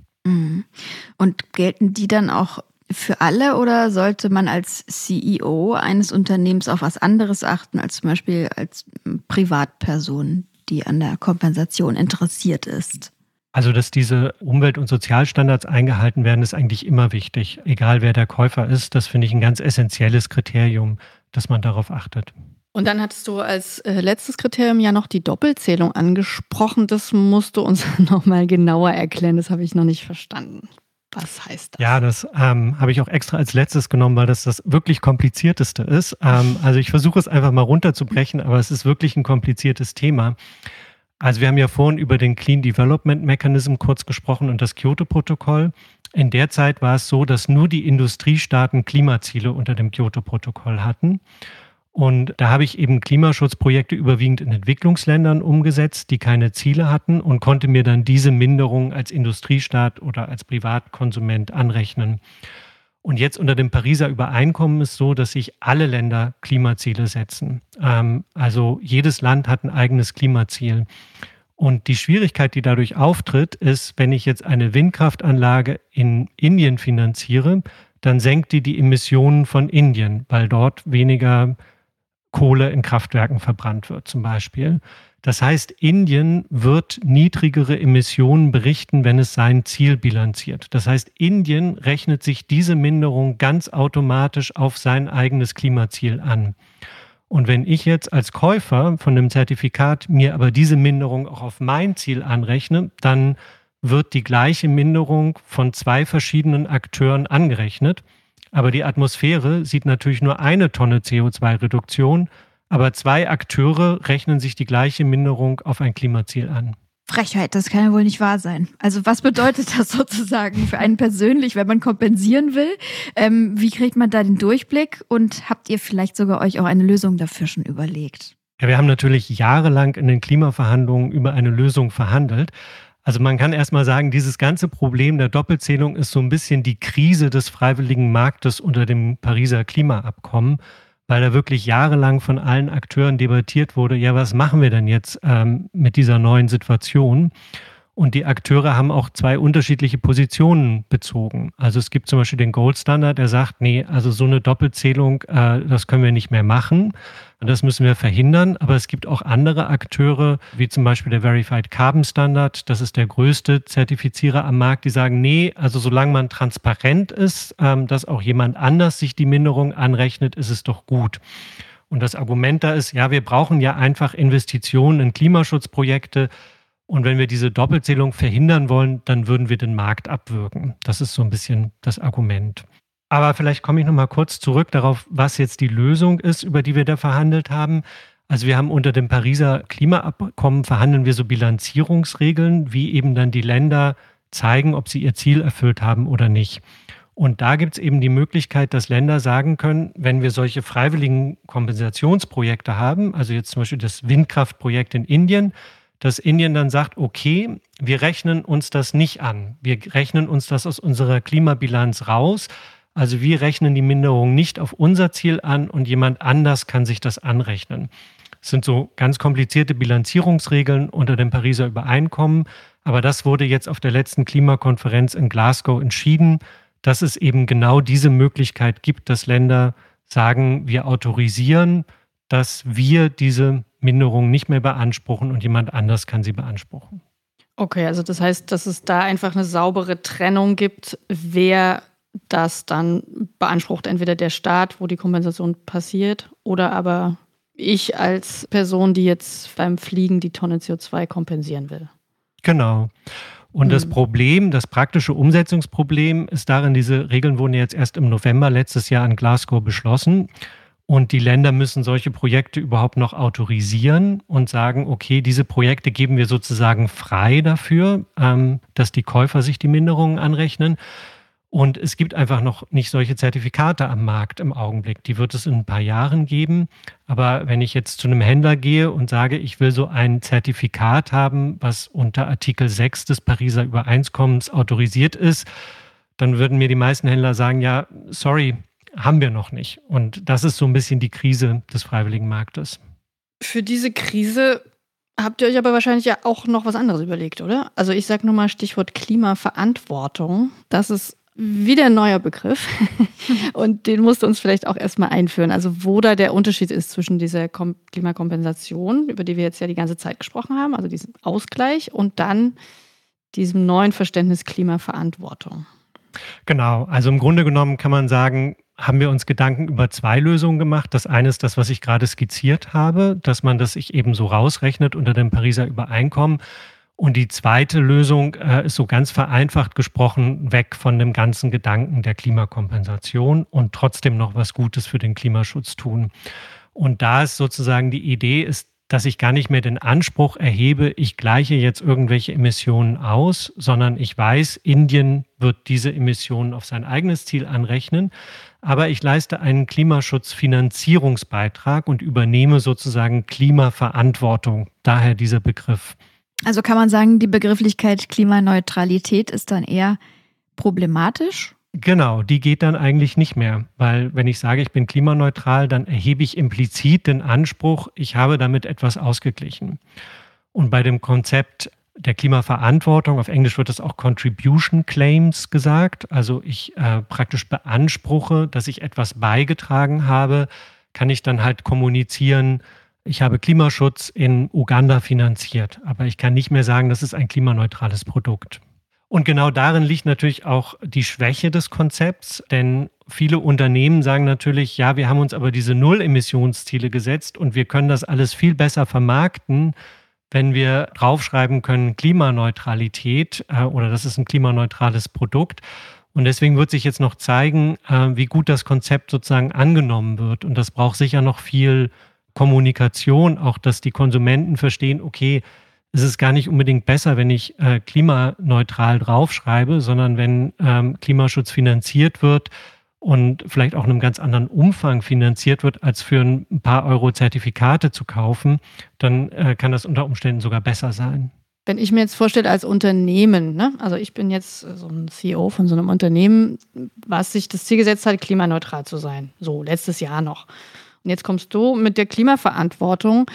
Und gelten die dann auch für alle oder sollte man als CEO eines Unternehmens auf was anderes achten, als zum Beispiel als Privatperson, die an der Kompensation interessiert ist? Also, dass diese Umwelt- und Sozialstandards eingehalten werden, ist eigentlich immer wichtig. Egal wer der Käufer ist, das finde ich ein ganz essentielles Kriterium, dass man darauf achtet. Und dann hattest du als letztes Kriterium ja noch die Doppelzählung angesprochen. Das musst du uns nochmal genauer erklären. Das habe ich noch nicht verstanden. Was heißt das? Ja, das habe ich auch extra als letztes genommen, weil das wirklich komplizierteste ist. Also ich versuche es einfach mal runterzubrechen, aber es ist wirklich ein kompliziertes Thema. Also wir haben ja vorhin über den Clean Development Mechanism kurz gesprochen und das Kyoto-Protokoll. In der Zeit war es so, dass nur die Industriestaaten Klimaziele unter dem Kyoto-Protokoll hatten. Und da habe ich eben Klimaschutzprojekte überwiegend in Entwicklungsländern umgesetzt, die keine Ziele hatten und konnte mir dann diese Minderung als Industriestaat oder als Privatkonsument anrechnen. Und jetzt unter dem Pariser Übereinkommen ist so, dass sich alle Länder Klimaziele setzen. Also jedes Land hat ein eigenes Klimaziel. Und die Schwierigkeit, die dadurch auftritt, ist, wenn ich jetzt eine Windkraftanlage in Indien finanziere, dann senkt die Emissionen von Indien, weil dort weniger Kohle in Kraftwerken verbrannt wird zum Beispiel. Das heißt, Indien wird niedrigere Emissionen berichten, wenn es sein Ziel bilanziert. Das heißt, Indien rechnet sich diese Minderung ganz automatisch auf sein eigenes Klimaziel an. Und wenn ich jetzt als Käufer von einem Zertifikat mir aber diese Minderung auch auf mein Ziel anrechne, dann wird die gleiche Minderung von 2 verschiedenen Akteuren angerechnet. Aber die Atmosphäre sieht natürlich nur eine Tonne CO2-Reduktion, aber 2 Akteure rechnen sich die gleiche Minderung auf ein Klimaziel an. Frechheit, das kann ja wohl nicht wahr sein. Also was bedeutet das sozusagen für einen persönlich, wenn man kompensieren will? Wie kriegt man da den Durchblick und habt ihr vielleicht sogar euch auch eine Lösung dafür schon überlegt? Ja, wir haben natürlich jahrelang in den Klimaverhandlungen über eine Lösung verhandelt. Also man kann erstmal sagen, dieses ganze Problem der Doppelzählung ist so ein bisschen die Krise des freiwilligen Marktes unter dem Pariser Klimaabkommen, weil da wirklich jahrelang von allen Akteuren debattiert wurde, ja, was machen wir denn jetzt mit dieser neuen Situation? Und die Akteure haben auch 2 unterschiedliche Positionen bezogen. Also es gibt zum Beispiel den Gold Standard, der sagt, nee, also so eine Doppelzählung, das können wir nicht mehr machen. Das müssen wir verhindern. Aber es gibt auch andere Akteure, wie zum Beispiel der Verified Carbon Standard. Das ist der größte Zertifizierer am Markt, die sagen, nee, also solange man transparent ist, dass auch jemand anders sich die Minderung anrechnet, ist es doch gut. Und das Argument da ist, ja, wir brauchen ja einfach Investitionen in Klimaschutzprojekte. Und wenn wir diese Doppelzählung verhindern wollen, dann würden wir den Markt abwürgen. Das ist so ein bisschen das Argument. Aber vielleicht komme ich noch mal kurz zurück darauf, was jetzt die Lösung ist, über die wir da verhandelt haben. Also wir haben unter dem Pariser Klimaabkommen verhandeln wir so Bilanzierungsregeln, wie eben dann die Länder zeigen, ob sie ihr Ziel erfüllt haben oder nicht. Und da gibt es eben die Möglichkeit, dass Länder sagen können, wenn wir solche freiwilligen Kompensationsprojekte haben, also jetzt zum Beispiel das Windkraftprojekt in Indien, dass Indien dann sagt, okay, wir rechnen uns das nicht an. Wir rechnen uns das aus unserer Klimabilanz raus. Also wir rechnen die Minderung nicht auf unser Ziel an und jemand anders kann sich das anrechnen. Das sind so ganz komplizierte Bilanzierungsregeln unter dem Pariser Übereinkommen. Aber das wurde jetzt auf der letzten Klimakonferenz in Glasgow entschieden, dass es eben genau diese Möglichkeit gibt, dass Länder sagen, wir autorisieren, dass wir diese Minderung nicht mehr beanspruchen und jemand anders kann sie beanspruchen. Okay, also das heißt, dass es da einfach eine saubere Trennung gibt, wer das dann beansprucht. Entweder der Staat, wo die Kompensation passiert, oder aber ich als Person, die jetzt beim Fliegen die Tonne CO2 kompensieren will. Genau. Und das Problem, das praktische Umsetzungsproblem ist darin, diese Regeln wurden jetzt erst im November letztes Jahr in Glasgow beschlossen. Und die Länder müssen solche Projekte überhaupt noch autorisieren und sagen, okay, diese Projekte geben wir sozusagen frei dafür, dass die Käufer sich die Minderungen anrechnen. Und es gibt einfach noch nicht solche Zertifikate am Markt im Augenblick. Die wird es in ein paar Jahren geben. Aber wenn ich jetzt zu einem Händler gehe und sage, ich will so ein Zertifikat haben, was unter Artikel 6 des Pariser Übereinkommens autorisiert ist, dann würden mir die meisten Händler sagen, ja, sorry, haben wir noch nicht. Und das ist so ein bisschen die Krise des freiwilligen Marktes. Für diese Krise habt ihr euch aber wahrscheinlich ja auch noch was anderes überlegt, oder? Also ich sage nur mal Stichwort Klimaverantwortung. Das ist wieder ein neuer Begriff. Und den musst du uns vielleicht auch erstmal einführen. Also wo da der Unterschied ist zwischen dieser Klimakompensation, über die wir jetzt ja die ganze Zeit gesprochen haben, also diesem Ausgleich, und dann diesem neuen Verständnis Klimaverantwortung. Genau, also im Grunde genommen kann man sagen, haben wir uns Gedanken über 2 Lösungen gemacht. Das eine ist das, was ich gerade skizziert habe, dass man das sich eben so rausrechnet unter dem Pariser Übereinkommen. Und die zweite Lösung ist so ganz vereinfacht gesprochen weg von dem ganzen Gedanken der Klimakompensation und trotzdem noch was Gutes für den Klimaschutz tun. Und da ist sozusagen die Idee ist, dass ich gar nicht mehr den Anspruch erhebe, ich gleiche jetzt irgendwelche Emissionen aus, sondern ich weiß, Indien wird diese Emissionen auf sein eigenes Ziel anrechnen, aber ich leiste einen Klimaschutzfinanzierungsbeitrag und übernehme sozusagen Klimaverantwortung, daher dieser Begriff. Also kann man sagen, die Begrifflichkeit Klimaneutralität ist dann eher problematisch? Genau, die geht dann eigentlich nicht mehr, weil wenn ich sage, ich bin klimaneutral, dann erhebe ich implizit den Anspruch, ich habe damit etwas ausgeglichen. Und bei dem Konzept der Klimaverantwortung, auf Englisch wird das auch Contribution Claims gesagt, also ich praktisch beanspruche, dass ich etwas beigetragen habe, kann ich dann halt kommunizieren, ich habe Klimaschutz in Uganda finanziert, aber ich kann nicht mehr sagen, das ist ein klimaneutrales Produkt. Und genau darin liegt natürlich auch die Schwäche des Konzepts, denn viele Unternehmen sagen natürlich, ja, wir haben uns aber diese Null-Emissionsziele gesetzt und wir können das alles viel besser vermarkten, wenn wir draufschreiben können Klimaneutralität oder das ist ein klimaneutrales Produkt. Und deswegen wird sich jetzt noch zeigen, wie gut das Konzept sozusagen angenommen wird. Und das braucht sicher noch viel Kommunikation, auch dass die Konsumenten verstehen, okay, es ist gar nicht unbedingt besser, wenn ich klimaneutral draufschreibe, sondern wenn Klimaschutz finanziert wird und vielleicht auch in einem ganz anderen Umfang finanziert wird, als für ein paar Euro Zertifikate zu kaufen, dann kann das unter Umständen sogar besser sein. Wenn ich mir jetzt vorstelle als Unternehmen, ne? Also ich bin jetzt so ein CEO von so einem Unternehmen, was sich das Ziel gesetzt hat, klimaneutral zu sein. So, letztes Jahr noch. Und jetzt kommst du mit der Klimaverantwortung.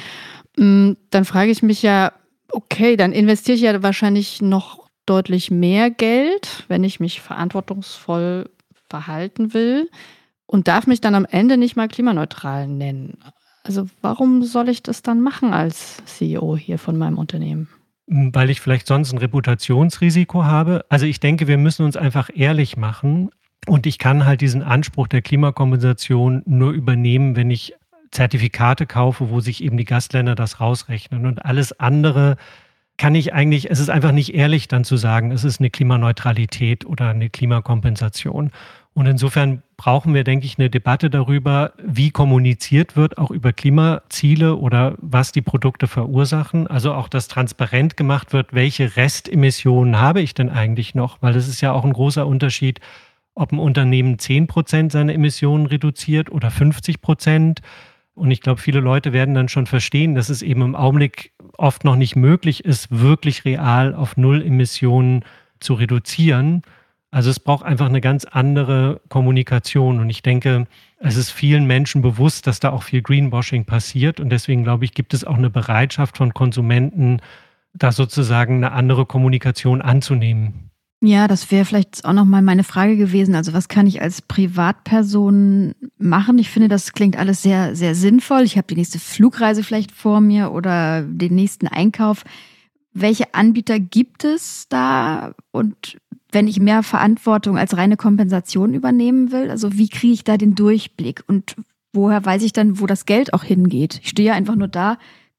Dann frage ich mich ja, okay, dann investiere ich ja wahrscheinlich noch deutlich mehr Geld, wenn ich mich verantwortungsvoll verhalten will und darf mich dann am Ende nicht mal klimaneutral nennen. Also warum soll ich das dann machen als CEO hier von meinem Unternehmen? Weil ich vielleicht sonst ein Reputationsrisiko habe. Also ich denke, wir müssen uns einfach ehrlich machen und ich kann halt diesen Anspruch der Klimakompensation nur übernehmen, wenn ich Zertifikate kaufe, wo sich eben die Gastländer das rausrechnen und alles andere kann ich eigentlich, es ist einfach nicht ehrlich dann zu sagen, es ist eine Klimaneutralität oder eine Klimakompensation. Und insofern brauchen wir, denke ich, eine Debatte darüber, wie kommuniziert wird, auch über Klimaziele oder was die Produkte verursachen. Also auch, dass transparent gemacht wird, welche Restemissionen habe ich denn eigentlich noch? Weil das ist ja auch ein großer Unterschied, ob ein Unternehmen 10% seiner Emissionen reduziert oder 50%. Und ich glaube, viele Leute werden dann schon verstehen, dass es eben im Augenblick oft noch nicht möglich ist, wirklich real auf Null Emissionen zu reduzieren. Also es braucht einfach eine ganz andere Kommunikation. Und ich denke, es ist vielen Menschen bewusst, dass da auch viel Greenwashing passiert. Und deswegen, glaube ich, gibt es auch eine Bereitschaft von Konsumenten, da sozusagen eine andere Kommunikation anzunehmen. Ja, das wäre vielleicht auch nochmal meine Frage gewesen. Also was kann ich als Privatperson machen? Ich finde, das klingt alles sehr, sehr sinnvoll. Ich habe die nächste Flugreise vielleicht vor mir oder den nächsten Einkauf. Welche Anbieter gibt es da? Und wenn ich mehr Verantwortung als reine Kompensation übernehmen will, also wie kriege ich da den Durchblick? Und woher weiß ich dann, wo das Geld auch hingeht? Ich stehe ja einfach nur da,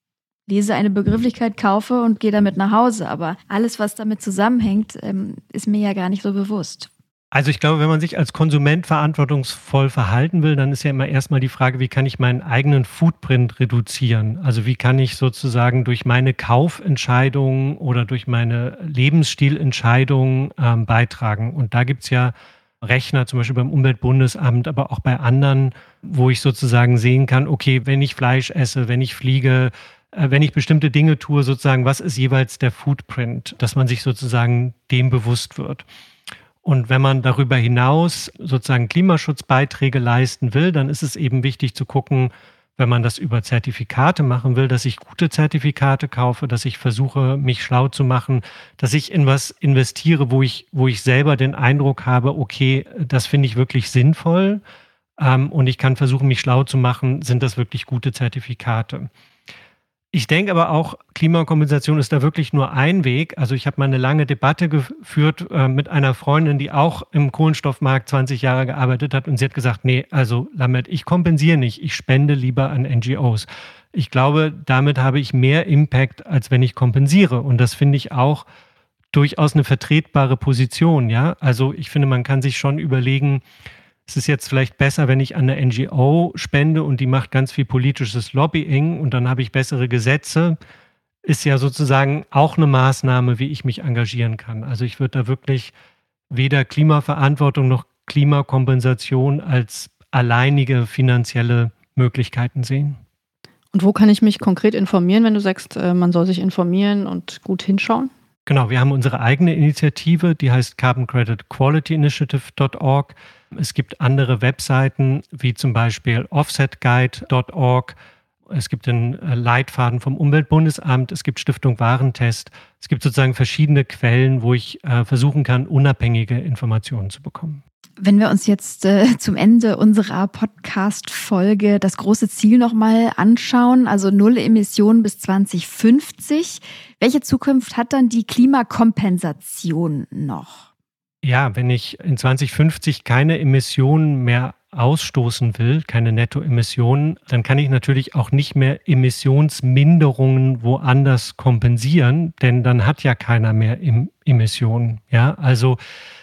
lese eine Begrifflichkeit, kaufe und gehe damit nach Hause. Aber alles, was damit zusammenhängt, ist mir ja gar nicht so bewusst. Also ich glaube, wenn man sich als Konsument verantwortungsvoll verhalten will, dann ist ja immer erstmal die Frage, wie kann ich meinen eigenen Footprint reduzieren? Also wie kann ich sozusagen durch meine Kaufentscheidungen oder durch meine Lebensstilentscheidungen beitragen? Und da gibt es ja Rechner, zum Beispiel beim Umweltbundesamt, aber auch bei anderen, wo ich sozusagen sehen kann, okay, wenn ich Fleisch esse, wenn ich fliege, wenn ich bestimmte Dinge tue, sozusagen, was ist jeweils der Footprint, dass man sich sozusagen dem bewusst wird. Und wenn man darüber hinaus sozusagen Klimaschutzbeiträge leisten will, dann ist es eben wichtig zu gucken, wenn man das über Zertifikate machen will, dass ich gute Zertifikate kaufe, dass ich versuche, mich schlau zu machen, dass ich in was investiere, wo ich selber den Eindruck habe, okay, das finde ich wirklich sinnvoll und ich kann versuchen, mich schlau zu machen, sind das wirklich gute Zertifikate. Ich denke aber auch, Klimakompensation ist da wirklich nur ein Weg. Also ich habe mal eine lange Debatte geführt mit einer Freundin, die auch im Kohlenstoffmarkt 20 Jahre gearbeitet hat und sie hat gesagt, nee, also Lambert, ich kompensiere nicht, ich spende lieber an NGOs. Ich glaube, damit habe ich mehr Impact, als wenn ich kompensiere. Und das finde ich auch durchaus eine vertretbare Position. Ja? Also ich finde, man kann sich schon überlegen, es ist jetzt vielleicht besser, wenn ich an eine NGO spende und die macht ganz viel politisches Lobbying und dann habe ich bessere Gesetze, ist ja sozusagen auch eine Maßnahme, wie ich mich engagieren kann. Also ich würde da wirklich weder Klimaverantwortung noch Klimakompensation als alleinige finanzielle Möglichkeiten sehen. Und wo kann ich mich konkret informieren, wenn du sagst, man soll sich informieren und gut hinschauen? Genau, wir haben unsere eigene Initiative, die heißt carboncreditqualityinitiative.org. Es gibt andere Webseiten, wie zum Beispiel offsetguide.org. Es gibt den Leitfaden vom Umweltbundesamt. Es gibt Stiftung Warentest. Es gibt sozusagen verschiedene Quellen, wo ich versuchen kann, unabhängige Informationen zu bekommen. Wenn wir uns jetzt zum Ende unserer Podcast-Folge das große Ziel nochmal anschauen, also 0 Emissionen bis 2050, welche Zukunft hat dann die Klimakompensation noch? Ja, wenn ich in 2050 keine Emissionen mehr ausstoßen will, keine Nettoemissionen, dann kann ich natürlich auch nicht mehr Emissionsminderungen woanders kompensieren, denn dann hat ja keiner mehr Emissionen. Ja, also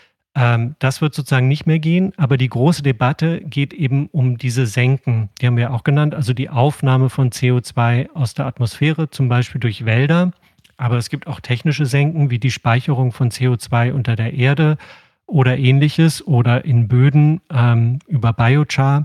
das wird sozusagen nicht mehr gehen, aber die große Debatte geht eben um diese Senken, die haben wir auch genannt, also die Aufnahme von CO2 aus der Atmosphäre, zum Beispiel durch Wälder. Aber es gibt auch technische Senken, wie die Speicherung von CO2 unter der Erde oder ähnliches oder in Böden über Biochar.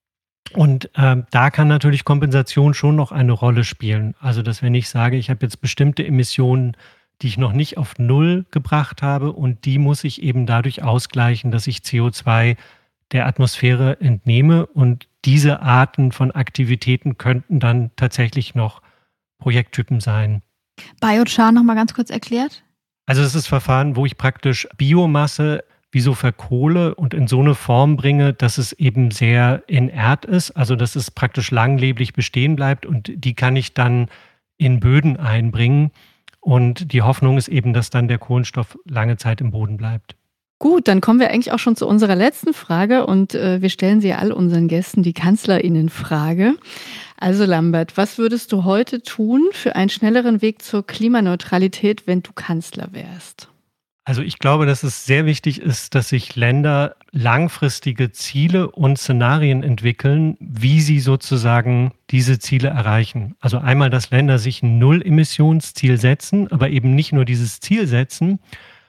Und da kann natürlich Kompensation schon noch eine Rolle spielen. Also, dass wenn ich sage, ich habe jetzt bestimmte Emissionen, die ich noch nicht auf Null gebracht habe und die muss ich eben dadurch ausgleichen, dass ich CO2 der Atmosphäre entnehme. Und diese Arten von Aktivitäten könnten dann tatsächlich noch Projekttypen sein. Biochar nochmal ganz kurz erklärt? Also es ist Verfahren, wo ich praktisch Biomasse wie so verkohle und in so eine Form bringe, dass es eben sehr inert ist, also dass es praktisch langlebig bestehen bleibt und die kann ich dann in Böden einbringen und die Hoffnung ist eben, dass dann der Kohlenstoff lange Zeit im Boden bleibt. Gut, dann kommen wir eigentlich auch schon zu unserer letzten Frage und wir stellen sie all unseren Gästen, die KanzlerInnen-Frage. Also Lambert, was würdest du heute tun für einen schnelleren Weg zur Klimaneutralität, wenn du Kanzler wärst? Also ich glaube, dass es sehr wichtig ist, dass sich Länder langfristige Ziele und Szenarien entwickeln, wie sie sozusagen diese Ziele erreichen. Also einmal, dass Länder sich ein Null-Emissionsziel setzen, aber eben nicht nur dieses Ziel setzen,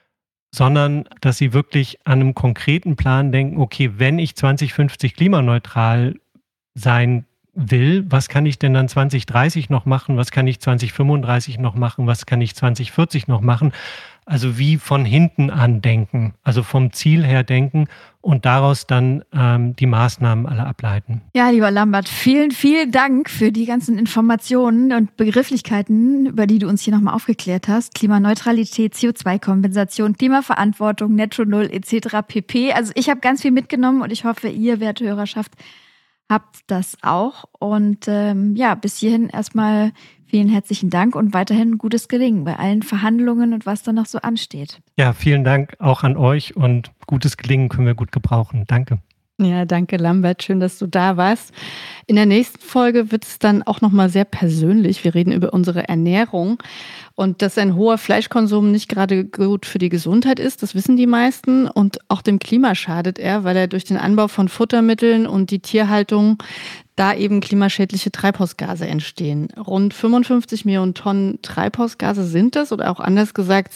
sondern dass sie wirklich an einem konkreten Plan denken, okay, wenn ich 2050 klimaneutral sein will, was kann ich denn dann 2030 noch machen, was kann ich 2035 noch machen, was kann ich 2040 noch machen? Also wie von hinten an denken, also vom Ziel her denken und daraus dann die Maßnahmen alle ableiten. Ja, lieber Lambert, vielen, vielen Dank für die ganzen Informationen und Begrifflichkeiten, über die du uns hier nochmal aufgeklärt hast. Klimaneutralität, CO2-Kompensation, Klimaverantwortung, Netto Null etc. pp. Also ich habe ganz viel mitgenommen und ich hoffe, ihr, werte Hörerschaft, habt das auch. Und bis hierhin erstmal vielen herzlichen Dank und weiterhin gutes Gelingen bei allen Verhandlungen und was da noch so ansteht. Ja, vielen Dank auch an euch und gutes Gelingen können wir gut gebrauchen. Danke. Ja, danke Lambert, schön, dass du da warst. In der nächsten Folge wird es dann auch nochmal sehr persönlich. Wir reden über unsere Ernährung und dass ein hoher Fleischkonsum nicht gerade gut für die Gesundheit ist, das wissen die meisten und auch dem Klima schadet er, weil er durch den Anbau von Futtermitteln und die Tierhaltung da eben klimaschädliche Treibhausgase entstehen. Rund 55 Millionen Tonnen Treibhausgase sind das oder auch anders gesagt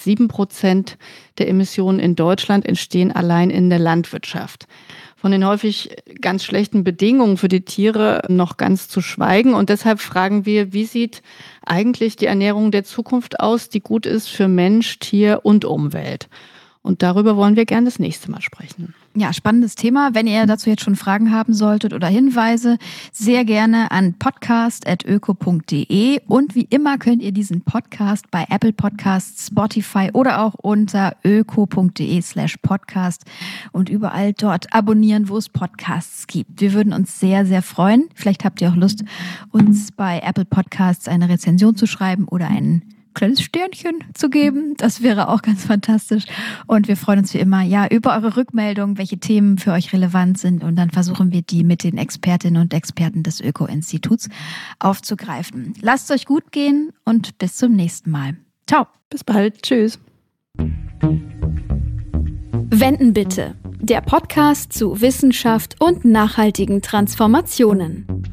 7% der Emissionen in Deutschland entstehen allein in der Landwirtschaft. Von den häufig ganz schlechten Bedingungen für die Tiere noch ganz zu schweigen. Und deshalb fragen wir, wie sieht eigentlich die Ernährung der Zukunft aus, die gut ist für Mensch, Tier und Umwelt? Und darüber wollen wir gerne das nächste Mal sprechen. Ja, spannendes Thema. Wenn ihr dazu jetzt schon Fragen haben solltet oder Hinweise, sehr gerne an podcast@öko.de. Und wie immer könnt ihr diesen Podcast bei Apple Podcasts, Spotify oder auch unter öko.de/podcast und überall dort abonnieren, wo es Podcasts gibt. Wir würden uns sehr, sehr freuen. Vielleicht habt ihr auch Lust, uns bei Apple Podcasts eine Rezension zu schreiben oder einen kleines Sternchen zu geben. Das wäre auch ganz fantastisch. Und wir freuen uns wie immer über eure Rückmeldung, welche Themen für euch relevant sind. Und dann versuchen wir die mit den Expertinnen und Experten des Öko-Instituts aufzugreifen. Lasst es euch gut gehen und bis zum nächsten Mal. Ciao. Bis bald. Tschüss. Wenden bitte. Der Podcast zu Wissenschaft und nachhaltigen Transformationen.